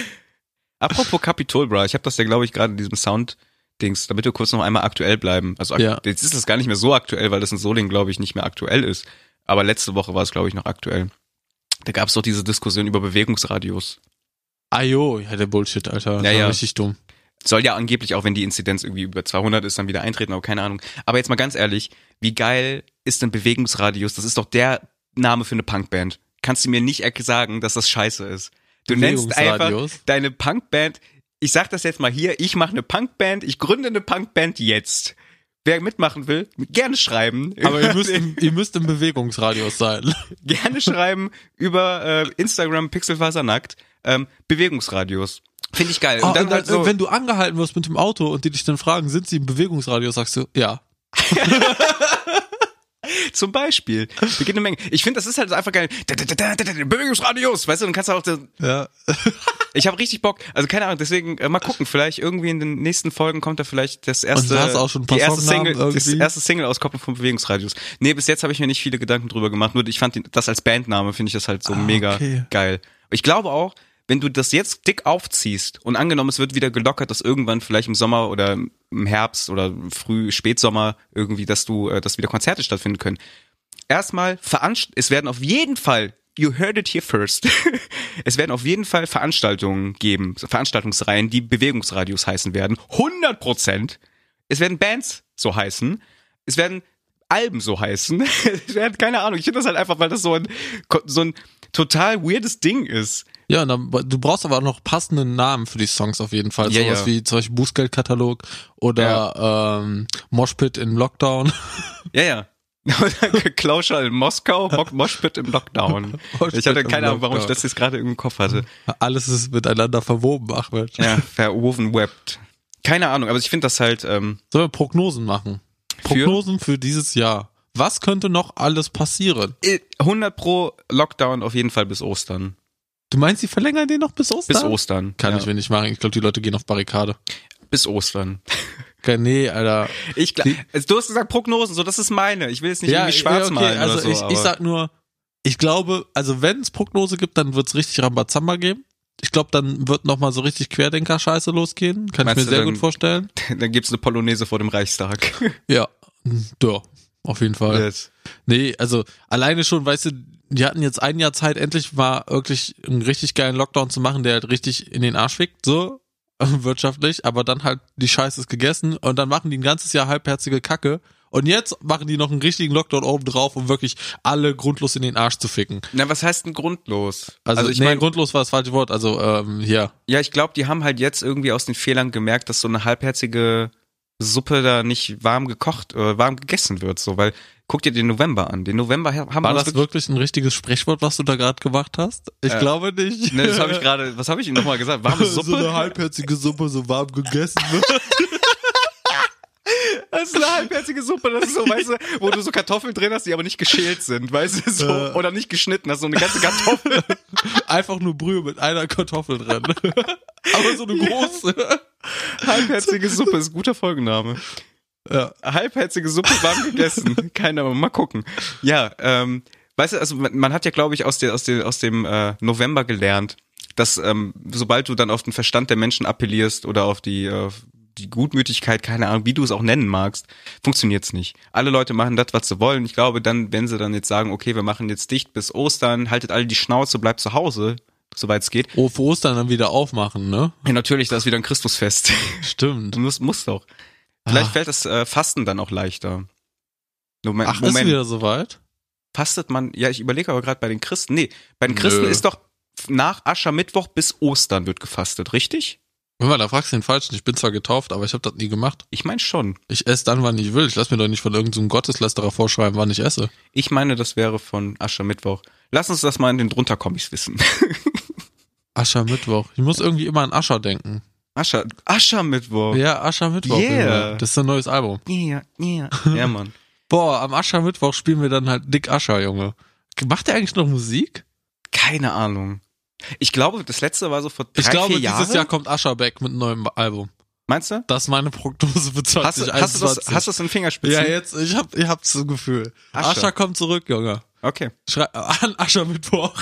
Apropos Capitol Bra, ich habe das ja, glaube ich, gerade in diesem Sound-Dings, damit wir kurz noch einmal aktuell bleiben. Also jetzt ist es gar nicht mehr so aktuell, weil das in Solingen, glaube ich, nicht mehr aktuell ist. Aber letzte Woche war es, glaube ich, noch aktuell. Da gab es doch diese Diskussion über Bewegungsradios. Jo, ja, der Bullshit, Alter. Das war richtig dumm. Soll ja angeblich auch, wenn die Inzidenz irgendwie über 200 ist, dann wieder eintreten, aber keine Ahnung. Aber jetzt mal ganz ehrlich, wie geil ist denn Bewegungsradios? Das ist doch der Name für eine Punkband. Kannst du mir nicht sagen, dass das scheiße ist? Du nennst einfach deine Punkband, ich sag das jetzt mal hier, ich mache eine Punkband, ich gründe eine Punkband jetzt. Wer mitmachen will, gerne schreiben. Aber ihr müsst im Bewegungsradius sein. Gerne schreiben über Instagram Pixelfasernackt, Bewegungsradius. Finde ich geil. Und dann halt so, wenn du angehalten wirst mit dem Auto und die dich dann fragen, sind sie im Bewegungsradius, sagst du, ja. Zum Beispiel. Da geht eine Menge. Ich finde, das ist halt einfach geil. Bewegungsradius, weißt du, dann kannst du auch ja. Ich habe richtig Bock. Also keine Ahnung, deswegen mal gucken, vielleicht irgendwie in den nächsten Folgen kommt da vielleicht das erste erste Single-Auskopplung vom Bewegungsradius. Nee, bis jetzt habe ich mir nicht viele Gedanken drüber gemacht, nur ich fand das als Bandname finde ich das halt so mega geil. Ich glaube auch, wenn du das jetzt dick aufziehst und angenommen, es wird wieder gelockert, dass irgendwann vielleicht im Sommer oder im Herbst oder Spätsommer irgendwie, dass wieder Konzerte stattfinden können. Erstmal, es werden auf jeden Fall, you heard it here first, es werden auf jeden Fall Veranstaltungen geben, Veranstaltungsreihen, die Bewegungsradios heißen werden. 100%. Es werden Bands so heißen. Es werden Alben so heißen. Es werden, keine Ahnung, ich finde das halt einfach, weil das so ein total weirdes Ding ist. Ja, du brauchst aber auch noch passenden Namen für die Songs auf jeden Fall. Sowas wie zum Beispiel Bußgeldkatalog oder Moshpit in Lockdown. Ja. Klauscher in Moskau, Moshpit im Lockdown. Ich hatte keine Ahnung, warum ich das jetzt gerade im Kopf hatte. Alles ist miteinander verwoben, Ahmed. Ja, verwoven webt. Keine Ahnung, aber ich finde das halt... Sollen wir Prognosen machen? Prognosen für dieses Jahr. Was könnte noch alles passieren? 100 pro Lockdown auf jeden Fall bis Ostern. Du meinst, sie verlängern den noch bis Ostern? Bis Ostern. Kann ich mir nicht machen. Ich glaube, die Leute gehen auf Barrikade. Bis Ostern. Nee, Alter. Du hast gesagt Prognosen, so das ist meine. Ich will jetzt nicht irgendwie schwarz malen also oder so. Ich sag nur, ich glaube, also wenn es Prognose gibt, dann wird's richtig Rambazamba geben. Ich glaube, dann wird nochmal so richtig Querdenker-Scheiße losgehen. Kann ich mir sehr gut vorstellen. Dann gibt's eine Polonaise vor dem Reichstag. Ja, auf jeden Fall. Yes. Nee, also alleine schon, weißt du, die hatten jetzt ein Jahr Zeit, endlich mal wirklich einen richtig geilen Lockdown zu machen, der halt richtig in den Arsch fickt, so wirtschaftlich, aber dann halt die Scheiße ist gegessen und dann machen die ein ganzes Jahr halbherzige Kacke und jetzt machen die noch einen richtigen Lockdown oben drauf, um wirklich alle grundlos in den Arsch zu ficken. Na, was heißt denn grundlos? Also ich meine, grundlos war das falsche Wort, also hier. Ja, ich glaube, die haben halt jetzt irgendwie aus den Fehlern gemerkt, dass so eine halbherzige Suppe da nicht warm gegessen wird, so, weil guck dir den November an. Den November haben War das wirklich ein richtiges Sprichwort, was du da gerade gemacht hast? Ich glaube nicht. Ne, das habe ich gerade, was habe ich Ihnen nochmal gesagt? Warme Suppe? So eine halbherzige Suppe, so warm gegessen wird. Das ist eine halbherzige Suppe, das ist so, weißt du, wo du so Kartoffeln drin hast, die aber nicht geschält sind, weißt du, so, oder nicht geschnitten hast, so eine ganze Kartoffel. Einfach nur Brühe mit einer Kartoffel drin. Aber so eine große. Halbherzige Suppe ist ein guter Folgenname. Ja. Halbherzige Suppe warm gegessen. Keine Ahnung, mal gucken. Ja, weißt du, also man hat ja, glaube ich, aus dem November gelernt, dass sobald du dann auf den Verstand der Menschen appellierst oder auf die Gutmütigkeit, keine Ahnung, wie du es auch nennen magst, funktioniert's nicht. Alle Leute machen das, was sie wollen. Ich glaube, dann, wenn sie dann jetzt sagen, okay, wir machen jetzt dicht bis Ostern, haltet alle die Schnauze, bleibt zu Hause, soweit es geht. Oh, für Ostern dann wieder aufmachen, ne? Ja, natürlich, da ist wieder ein Christusfest. Stimmt. Muss doch. Vielleicht fällt das Fasten dann auch leichter. Moment. Ist wieder soweit? Fastet man, ja, ich überlege aber gerade bei den Christen. Nee, bei den Christen ist doch nach Aschermittwoch bis Ostern wird gefastet, richtig? Hör mal, da fragst du den Falschen. Ich bin zwar getauft, aber ich habe das nie gemacht. Ich meine schon. Ich esse dann, wann ich will. Ich lass mir doch nicht von irgendeinem Gotteslästerer vorschreiben, wann ich esse. Ich meine, das wäre von Aschermittwoch. Lass uns das mal in den Drunterkommis wissen. Aschermittwoch. Ich muss irgendwie immer an Ascher denken. Aschermittwoch. Ja, Aschermittwoch. Yeah. Das ist ein neues Album. Yeah. Ja, Mann. Boah, am Aschermittwoch spielen wir dann halt Dick Ascher, Junge. Macht der eigentlich noch Musik? Keine Ahnung. Ich glaube, das letzte war so vor 3-4 Jahren. Ich glaube, dieses Jahr kommt Ascher back mit einem neuen Album. Meinst du? Das ist meine Prognose für 2021. Hast du das in Fingerspitzen? Ja, jetzt, ich hab so ein Gefühl. Ascher kommt zurück, Junge. Okay. Schreib an Aschermittwoch.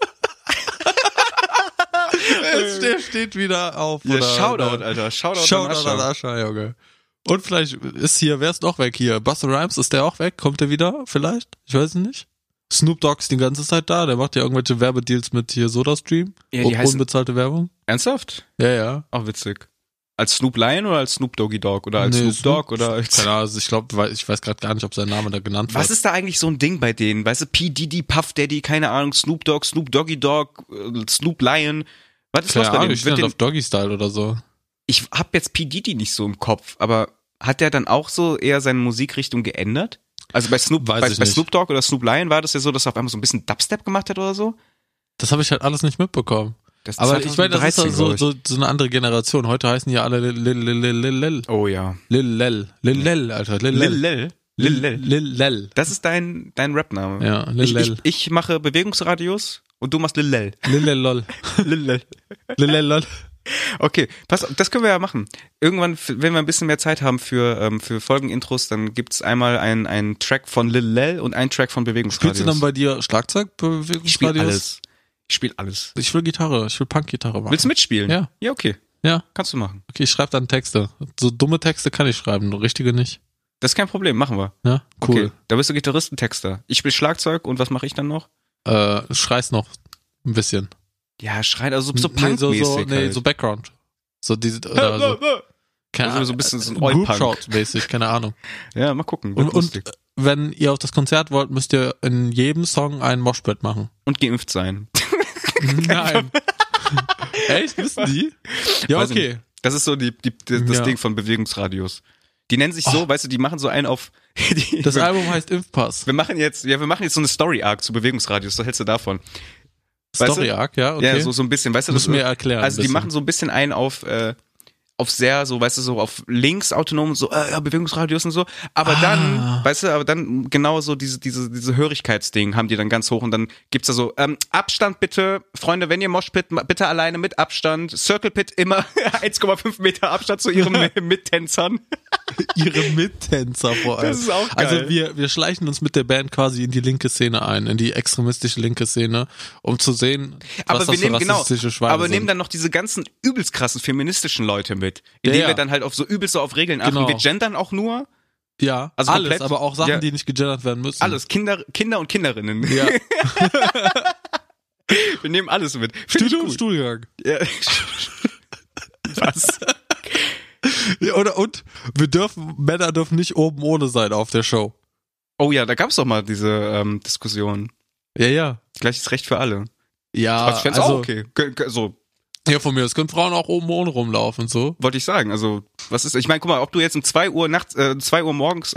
Der steht wieder auf. Ja, Shoutout, Alter. Shoutout an Ascher, Junge. Und vielleicht wer ist noch weg hier? Busta Rhymes, ist der auch weg? Kommt der wieder? Vielleicht? Ich weiß es nicht. Snoop Dogg ist die ganze Zeit da, der macht ja irgendwelche Werbedeals mit hier SodaStream. Ja, die heißen unbezahlte Werbung. Ernsthaft? Ja. Auch witzig. Als Snoop Lion oder als Snoop Doggy Dogg? Oder als Snoop Dogg? Oder als keine Ahnung, ich glaube, ich weiß gerade gar nicht, ob sein Name da genannt wird. Was ist da eigentlich so ein Ding bei denen? Weißt du, P. Diddy, Puff Daddy, keine Ahnung, Snoop Dogg, Snoop Doggy Dogg, Snoop Lion. Was ist los bei denen? Ich finde auf Doggy Style oder so. Ich hab jetzt P. Diddy nicht so im Kopf, aber hat der dann auch so eher seine Musikrichtung geändert? Also bei Snoop Dogg oder Snoop Lion war das ja so, dass er auf einmal so ein bisschen Dubstep gemacht hat oder so? Das habe ich halt alles nicht mitbekommen. Aber ich meine, das ist so eine andere Generation. Heute heißen die alle Lil. Oh ja. Lil, Alter. Lil. Das ist dein Rap-Name. Ja, Lil. Ich mache Bewegungsradios und du machst Lil. Lil. Okay, pass auf, das können wir ja machen. Irgendwann, wenn wir ein bisschen mehr Zeit haben für Folgenintros, dann gibt's einmal einen Track von Lil und einen Track von Bewegungsradios. Spielst du dann bei dir Schlagzeug, Bewegungsradios? Ich spiele alles. Ich will Gitarre, ich will Punkgitarre machen. Willst du mitspielen? Ja. Ja, okay. Ja. Kannst du machen. Okay, ich schreibe dann Texte. So dumme Texte kann ich schreiben, nur richtige nicht. Das ist kein Problem, machen wir. Ja, cool. Okay, da bist du Gitarristentexter. Ich spiele Schlagzeug und was mache ich dann noch? Schreist noch ein bisschen. Ja, schreien, also so Punk-mäßig. Nee, so Background. So diese, oder so. Keine Ahnung. So ein bisschen so ein Group-Shot-mäßig, keine Ahnung. Ja, mal gucken. Und wenn ihr auf das Konzert wollt, müsst ihr in jedem Song einen Moshpit machen. Und geimpft sein. Nein. Echt? Wissen die? Ja, okay. Das ist so das Ding von Bewegungsradios. Die nennen sich so, weißt du, die machen so einen auf, Das Album heißt Impfpass. Wir machen jetzt so eine Story-Arc zu Bewegungsradius, was hältst du davon? Story-Arc, ja, okay. Ja, so ein bisschen, weißt du, Muss mir erklären. Also die machen so ein bisschen ein auf sehr, so, weißt du, so auf links autonom, so, Bewegungsradius und so. Aber dann, weißt du, genau so diese Hörigkeitsding haben die dann ganz hoch und dann gibt's da so, Abstand bitte, Freunde, wenn ihr Moshpit, bitte alleine mit Abstand. Circle Pit immer 1,5 Meter Abstand zu ihren Mittänzern. Ihre Mittänzer vor allem. Das ist auch geil. Also wir schleichen uns mit der Band quasi in die linke Szene ein, in die extremistische linke Szene, um zu sehen, was das für rassistische Schweine aber sind. nehmen dann noch diese ganzen übelst krassen feministischen Leute mit, indem wir dann halt auf so übelst so auf Regeln achten. Genau. Wir gendern auch nur. Ja, Also alles, komplett, aber auch Sachen, die nicht gegendert werden müssen. Alles, Kinder und Kinderinnen. Ja. Wir nehmen alles mit. Stuhlgang. Ja. Was? Ja, und Männer dürfen nicht oben ohne sein auf der Show. Oh ja, da gab's doch mal diese Diskussion. Ja. Gleiches Recht für alle. Ja, Also ich fänd's auch okay. So, ja, von mir aus können Frauen auch oben ohne rumlaufen, so. wollte ich sagen. Also, was ist, ich meine, guck mal, ob du jetzt um 2 Uhr nachts, 2 Uhr morgens,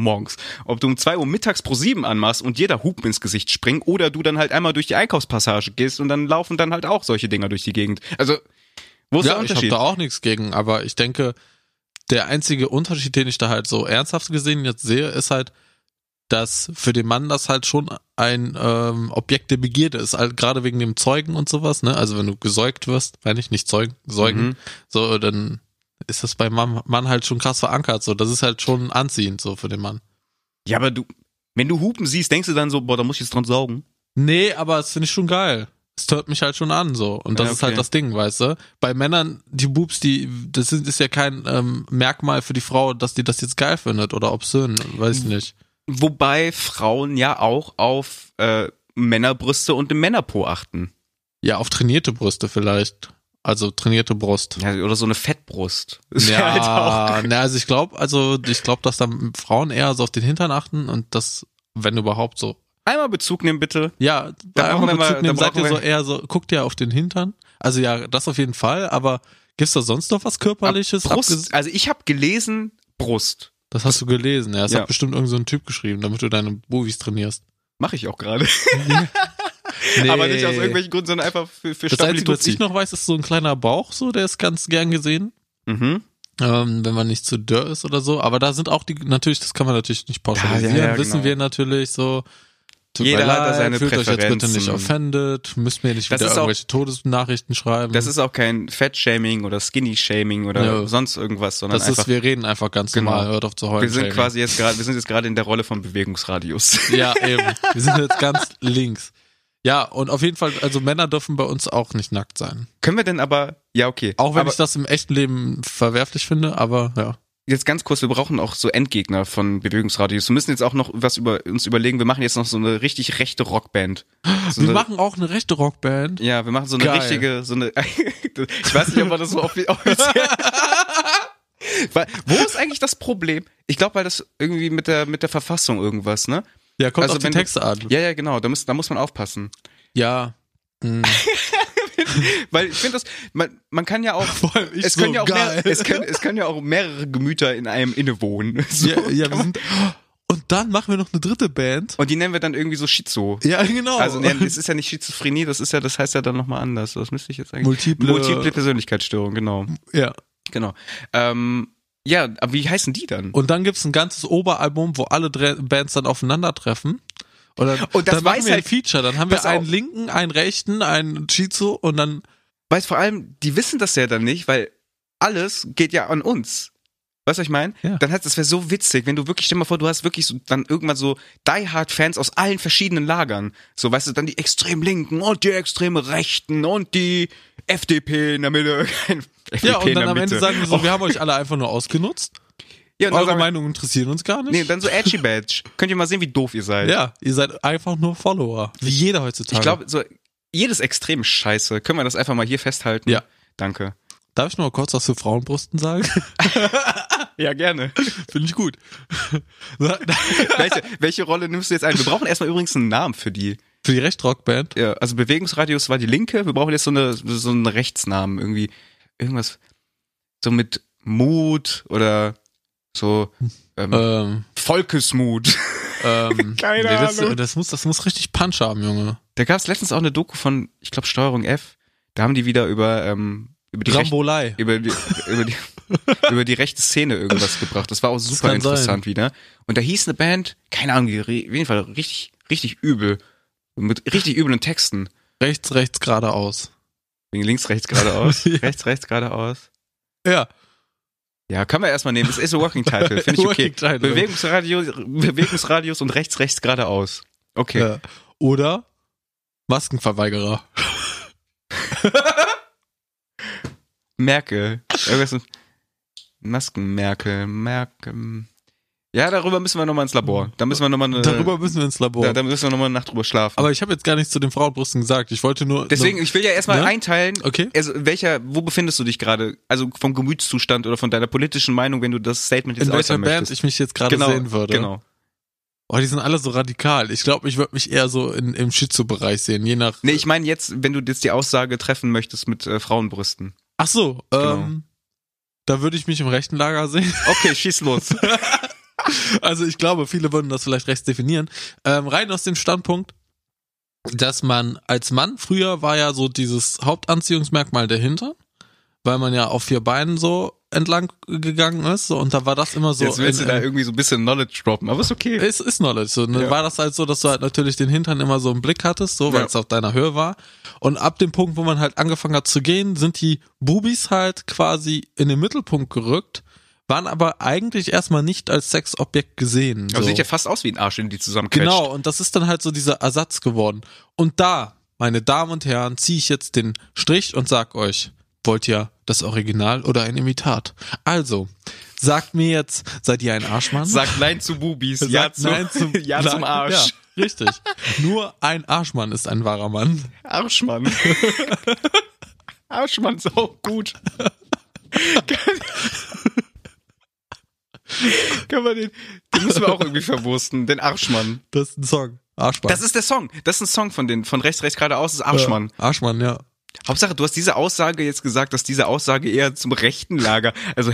ob du um 2 Uhr mittags pro 7 anmachst und jeder Hupen ins Gesicht springt oder du dann halt einmal durch die Einkaufspassage gehst und dann laufen dann halt auch solche Dinger durch die Gegend. Also, wo ist der Ich habe Unterschied? da auch nichts gegen, aber ich denke, der einzige Unterschied, den ich da halt so ernsthaft gesehen jetzt sehe, ist halt, dass für den Mann das halt schon ein Objekt der Begierde ist, halt gerade wegen dem Zeugen und sowas, ne? Also wenn du gesäugt wirst, meine ich nicht säugen, so, dann ist das beim Mann halt schon krass verankert, so, das ist halt schon anziehend, so für den Mann. Ja, aber wenn du Hupen siehst, denkst du dann so, boah, da muss ich jetzt dran saugen. Nee, aber das finde ich schon geil. Es hört mich halt schon an, so. Und das ist halt das Ding, weißt du? Bei Männern, die Boobs, das ist ja kein Merkmal für die Frau, dass die das jetzt geil findet oder obszön, weiß ich nicht. Wobei Frauen ja auch auf Männerbrüste und den Männerpo achten. Ja, auf trainierte Brüste vielleicht. Also trainierte Brust. Ja, oder so eine Fettbrust. Ist Ja, halt auch also ich glaube, dass da Frauen eher so auf den Hintern achten und das, wenn überhaupt so. Einmal Bezug nehmen, bitte. Ja, Da brauchen wir mal- da seid ihr brauchen so wir- eher so, guckt ihr auf den Hintern? Also ja, das auf jeden Fall, aber gibt's da sonst noch was Körperliches? Brust, also ich habe gelesen, Brust. Das hast du gelesen, ja. Das Ja. hat bestimmt irgend so ein Typ geschrieben, damit du deine Movies trainierst. Mache ich auch gerade. Nee. Aber nicht aus irgendwelchen Gründen, sondern einfach für Das Einzige, was Stabilität. ich noch weiß, ist so ein kleiner Bauch, so, der ist ganz gern gesehen. Mhm. Wenn man nicht zu dürr ist oder so. Aber da sind auch natürlich, das kann man natürlich nicht pauschalisieren, Ja, wissen genau. wir natürlich so. Tut Jeder mir hat da leid, seine fühlt euch jetzt bitte Präferenzen. nicht offended, müsst mir nicht Das wieder ist auch- irgendwelche Todesnachrichten schreiben. Das ist auch kein Fett-Shaming oder Skinny-Shaming oder Ja. sonst irgendwas, sondern das einfach, ist, wir reden einfach ganz Genau. normal, hört auf zu heulen. wir sind Shaming. wir sind jetzt gerade in der Rolle von Bewegungsradius. Ja, eben. Wir sind jetzt ganz links. Ja, und auf jeden Fall, also Männer dürfen bei uns auch nicht nackt sein. Können wir denn aber, ja okay. Auch wenn aber ich das im echten Leben verwerflich finde, aber ja. jetzt ganz kurz, wir brauchen auch so Endgegner von Bewegungsradius. Wir müssen jetzt auch noch was uns überlegen. Wir machen jetzt noch so eine richtig rechte Rockband. So Wir eine, machen auch eine rechte Rockband. ja, wir machen so eine Geil. richtige, so eine, ich weiß nicht, ob man das so offiziell. Wo ist eigentlich das Problem? Ich glaube, weil das irgendwie mit der Verfassung irgendwas, ne? Ja, kommt Also auf die wenn du- Texte an. Ja, genau, da muss man aufpassen. Ja. Weil ich finde das, man kann ja auch, Vor allem ich es können so ja auch geil. es können ja auch mehrere Gemüter in einem innewohnen. So. Ja, wir sind, und dann machen wir noch eine dritte Band. Und die nennen wir dann irgendwie so Schizo. Ja, genau. Also, nee, es ist ja nicht Schizophrenie, das heißt ja dann nochmal anders. Das müsste ich jetzt eigentlich. Multiple Persönlichkeitsstörung, genau. Ja. Genau. Ja, aber wie heißen die dann? Und dann gibt's ein ganzes Oberalbum, wo alle Bands dann aufeinandertreffen. Und dann, Und das dann machen weiß wir ein halt- Feature. Dann haben wir pass einen auf. linken, einen rechten, einen Chizo und dann. Weil vor allem, die wissen das ja dann nicht, weil alles geht ja an uns. Weißt du, was ich meine? Ja. Dann das wäre so witzig, wenn du wirklich, stell dir mal vor, du hast wirklich so, dann irgendwann so Die-Hard-Fans aus allen verschiedenen Lagern. So, weißt du, dann die extrem Linken und die extrem Rechten und die FDP in der Mitte. FDP Ja, und in dann der am Ende Mitte. sagen wir so, Och, wir haben euch alle einfach nur ausgenutzt. ja, und dann Eure sagen wir- Meinungen interessieren uns gar nicht. Nee, dann so Edgy Badge. Könnt ihr mal sehen, wie doof ihr seid. Ja, ihr seid einfach nur Follower. Wie jeder heutzutage. Ich glaube, so jedes Extrem ist scheiße. Können wir das einfach mal hier festhalten? Ja. Danke. Darf ich noch mal kurz was zu Frauenbrüsten sagen? Ja, gerne. Finde ich gut. welche Rolle nimmst du jetzt ein? Wir brauchen erstmal übrigens einen Namen für die. Für die Rechtrockband. Ja, also Bewegungsradius war die linke. Wir brauchen jetzt so einen Rechtsnamen irgendwie. Irgendwas so mit Mut oder So, Volkesmut. Keine Ahnung. Das muss richtig Punch haben, Junge. Da gab es letztens auch eine Doku von, ich glaube, Steuerung F. Da haben die wieder über die Rambolei. über die rechte Szene irgendwas gebracht. Das war auch super interessant wieder. Und da hieß eine Band, keine Ahnung, auf jeden Fall richtig übel. Mit richtig üblen Texten. Rechts, geradeaus. Links, rechts, geradeaus. Ja. Rechts, geradeaus. Ja. Ja, können wir erstmal nehmen. Das ist ein Working Title, finde ich okay. Title. Bewegungsradius und rechts, geradeaus. Okay. Ja. Oder Maskenverweigerer. Merkel. Irgendwas mit Maskenmerkel. Ja, darüber müssen wir nochmal ins Labor. Darüber müssen wir ins Labor. Da müssen wir nochmal eine Nacht drüber schlafen. Aber ich habe jetzt gar nichts zu den Frauenbrüsten gesagt. Ich wollte nur... Deswegen, ich will ja erstmal einteilen, okay. Also wo befindest du dich gerade? Also vom Gemütszustand oder von deiner politischen Meinung, wenn du das Statement jetzt äußern möchtest. In welcher Band ich mich jetzt gerade sehen würde. Genau. Oh, die sind alle so radikal. Ich glaube, ich würde mich eher so im Schizo-Bereich sehen, je nach... Nee, ich meine jetzt, wenn du jetzt die Aussage treffen möchtest mit Frauenbrüsten. Ach so, genau. Da würde ich mich im rechten Lager sehen. Okay, schieß los. Also ich glaube, viele würden das vielleicht rechts definieren. Rein aus dem Standpunkt, dass man als Mann, früher war ja so dieses Hauptanziehungsmerkmal der Hintern, weil man ja auf 4 Beinen so entlang gegangen ist, so, und da war das immer so. Jetzt willst du da irgendwie so ein bisschen Knowledge droppen, aber ist okay. Es ist Knowledge. So, ne? Ja. War das halt so, dass du halt natürlich den Hintern immer so im Blick hattest, so, weil es auf deiner Höhe war. Und ab dem Punkt, wo man halt angefangen hat zu gehen, sind die Bubis halt quasi in den Mittelpunkt gerückt, waren aber eigentlich erstmal nicht als Sexobjekt gesehen. So. Aber sieht ja fast aus wie ein Arsch, wenn die zusammenquetscht. Genau, und das ist dann halt so dieser Ersatz geworden. Und da, meine Damen und Herren, ziehe ich jetzt den Strich und sag euch, wollt ihr das Original oder ein Imitat? Also, sagt mir jetzt, seid ihr ein Arschmann? Sagt nein zu Bubis, ja zum Arsch. Ja, richtig. Nur ein Arschmann ist ein wahrer Mann. Arschmann. Arschmann ist auch gut. Kann man den müssen wir auch irgendwie verwursten, den Arschmann. Das ist ein Song. Arschmann. Das ist der Song. Das ist ein Song von rechts, geradeaus, das ist Arschmann. Arschmann, ja. Hauptsache, du hast diese Aussage jetzt gesagt, dass diese Aussage eher zum rechten Lager, also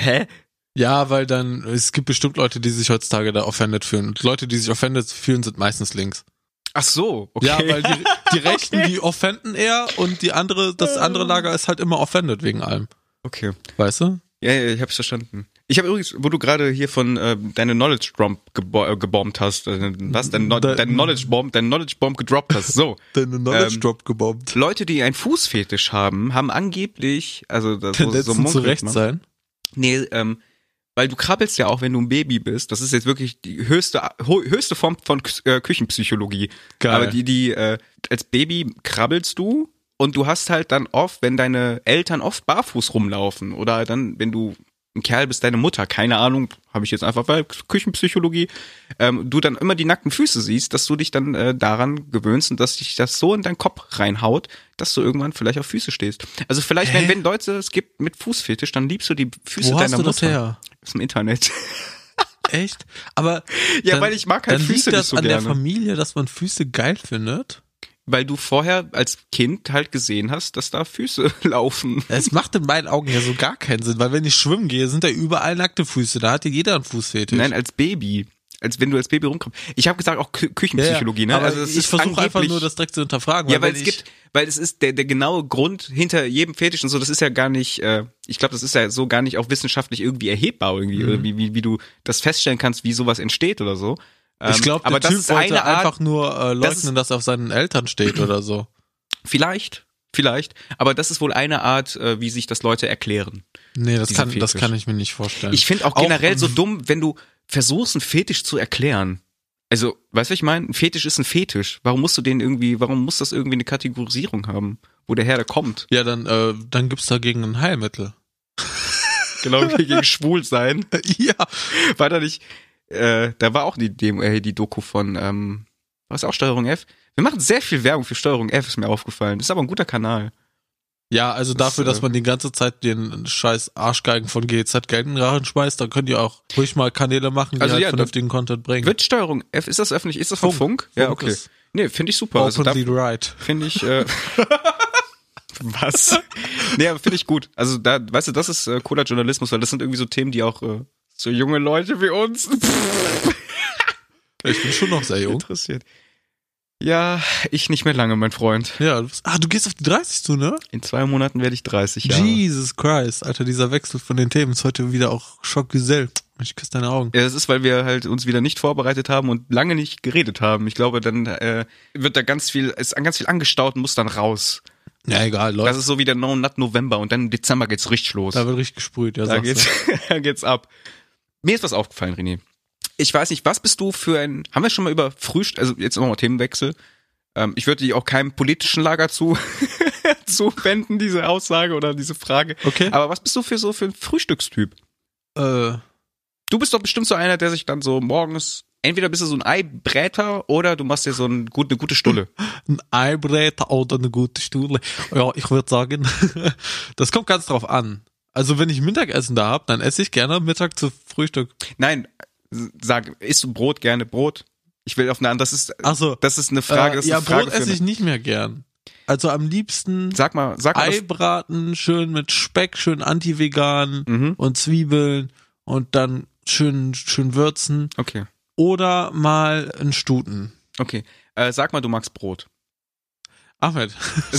Ja, weil dann, es gibt bestimmt Leute, die sich heutzutage da offended fühlen. Und Leute, die sich offended fühlen, sind meistens links. Ach so, okay. Ja, weil die Rechten, die offenden eher und das andere Lager ist halt immer offended wegen allem. Okay. Weißt du? Ja, ich hab's verstanden. Ich habe übrigens, wo du gerade hier von deine Knowledge Bomb gebombt hast, was? Deine Knowledge Bomb gedroppt hast, so. Deine Knowledge Drop gebombt. Leute, die einen Fußfetisch haben angeblich, also das Tendenzen so zu Recht sein? Nee, weil du krabbelst ja auch, wenn du ein Baby bist. Das ist jetzt wirklich die höchste Form von Küchenpsychologie. Geil. Aber als Baby krabbelst du und du hast halt dann oft, wenn deine Eltern oft barfuß rumlaufen oder dann, wenn du ein Kerl bist, deine Mutter, keine Ahnung, habe ich jetzt einfach, weil Küchenpsychologie, du dann immer die nackten Füße siehst, dass du dich dann daran gewöhnst und dass dich das so in deinen Kopf reinhaut, dass du irgendwann vielleicht auf Füße stehst. Also vielleicht, wenn Leute es gibt mit Fußfetisch, dann liebst du die Füße deiner Mutter. Wo hast du das her? Aus dem Internet. Echt? Aber ja, dann, weil ich mag halt Füße nicht so gerne. Liegt das an der Familie, dass man Füße geil findet? Weil du vorher als Kind halt gesehen hast, dass da Füße laufen. Es macht in meinen Augen ja so gar keinen Sinn, weil wenn ich schwimmen gehe, sind da überall nackte Füße. Da hat ja jeder einen Fußfetisch. Nein, als Baby. Als wenn du als Baby rumkommst. Ich habe gesagt auch Küchenpsychologie, ne? Aber also ich versuche einfach nur das direkt zu hinterfragen. Ja, weil es ist der genaue Grund hinter jedem Fetisch und so, das ist ja gar nicht, ich glaube, das ist ja so gar nicht auch wissenschaftlich irgendwie erhebbar irgendwie, oder wie du das feststellen kannst, wie sowas entsteht oder so. Ich glaube, der Typ wollte einfach nur leugnen, dass er auf seinen Eltern steht oder so. Vielleicht. Aber das ist wohl eine Art, wie sich das Leute erklären. Nee, das kann ich mir nicht vorstellen. Ich finde auch generell so dumm, wenn du versuchst, einen Fetisch zu erklären. Also, weißt du, was ich meine? Ein Fetisch ist ein Fetisch. Warum muss das irgendwie eine Kategorisierung haben, wo der Herr da kommt? Ja, dann gibt's dagegen ein Heilmittel. Genau, wie gegen Schwulsein. Ja. War da nicht... da war auch die Doku von, was auch Steuerung F? Wir machen sehr viel Werbung für Steuerung F, ist mir aufgefallen. Das ist aber ein guter Kanal. Ja, also dafür, dass man die ganze Zeit den scheiß Arschgeigen von GEZ Geld in den Rachen schmeißt, dann könnt ihr auch ruhig mal Kanäle machen, die vernünftigen Content bringen. Wird Steuerung F, ist das öffentlich? Ist das von Funk? Ja, okay. Nee, finde ich super. Openly right. Finde ich, was? Nee, aber finde ich gut. Also weißt du, das ist cooler Journalismus, weil das sind irgendwie so Themen, die auch So junge Leute wie uns. Ich bin schon noch sehr jung. Interessiert. Ja, ich nicht mehr lange, mein Freund. Ja, du gehst auf die 30 zu, ne? In 2 Monaten werde ich 30 Jahre. Jesus Christ, Alter, dieser Wechsel von den Themen ist heute wieder auch Schockgesell. Ich küsse deine Augen. Ja, das ist, weil wir halt uns wieder nicht vorbereitet haben und lange nicht geredet haben. Ich glaube, dann wird da ganz viel angestaut und muss dann raus. Ja, egal, Leute. Das ist so wie der No Nut November und dann im Dezember geht's richtig los. Da wird richtig gesprüht, ja, da sagst du. geht's ab. Mir ist was aufgefallen, René. Ich weiß nicht, was bist du für ein, haben wir schon mal über Frühstück, also jetzt nochmal Themenwechsel. Ich würde die auch keinem politischen Lager zuwenden, diese Aussage oder diese Frage. Okay. Aber was bist du für ein Frühstückstyp? Du bist doch bestimmt so einer, der sich dann so morgens, entweder bist du so ein Eibräter oder du machst dir so eine gute Stulle. Ein Eibräter oder eine gute Stulle. Ja, ich würde sagen, das kommt ganz drauf an. Also wenn ich Mittagessen da hab, dann esse ich gerne Mittag zu Frühstück. Nein, isst du Brot gerne Brot? Ich will auf eine andere, das ist eine Frage. Das ist ja, eine Frage Brot esse ich nicht mehr gern. Also am liebsten sag mal Eibraten, schön mit Speck, schön anti-vegan und Zwiebeln und dann schön würzen. Okay. Oder mal einen Stuten. Okay. Sag mal, du magst Brot. Ahmed,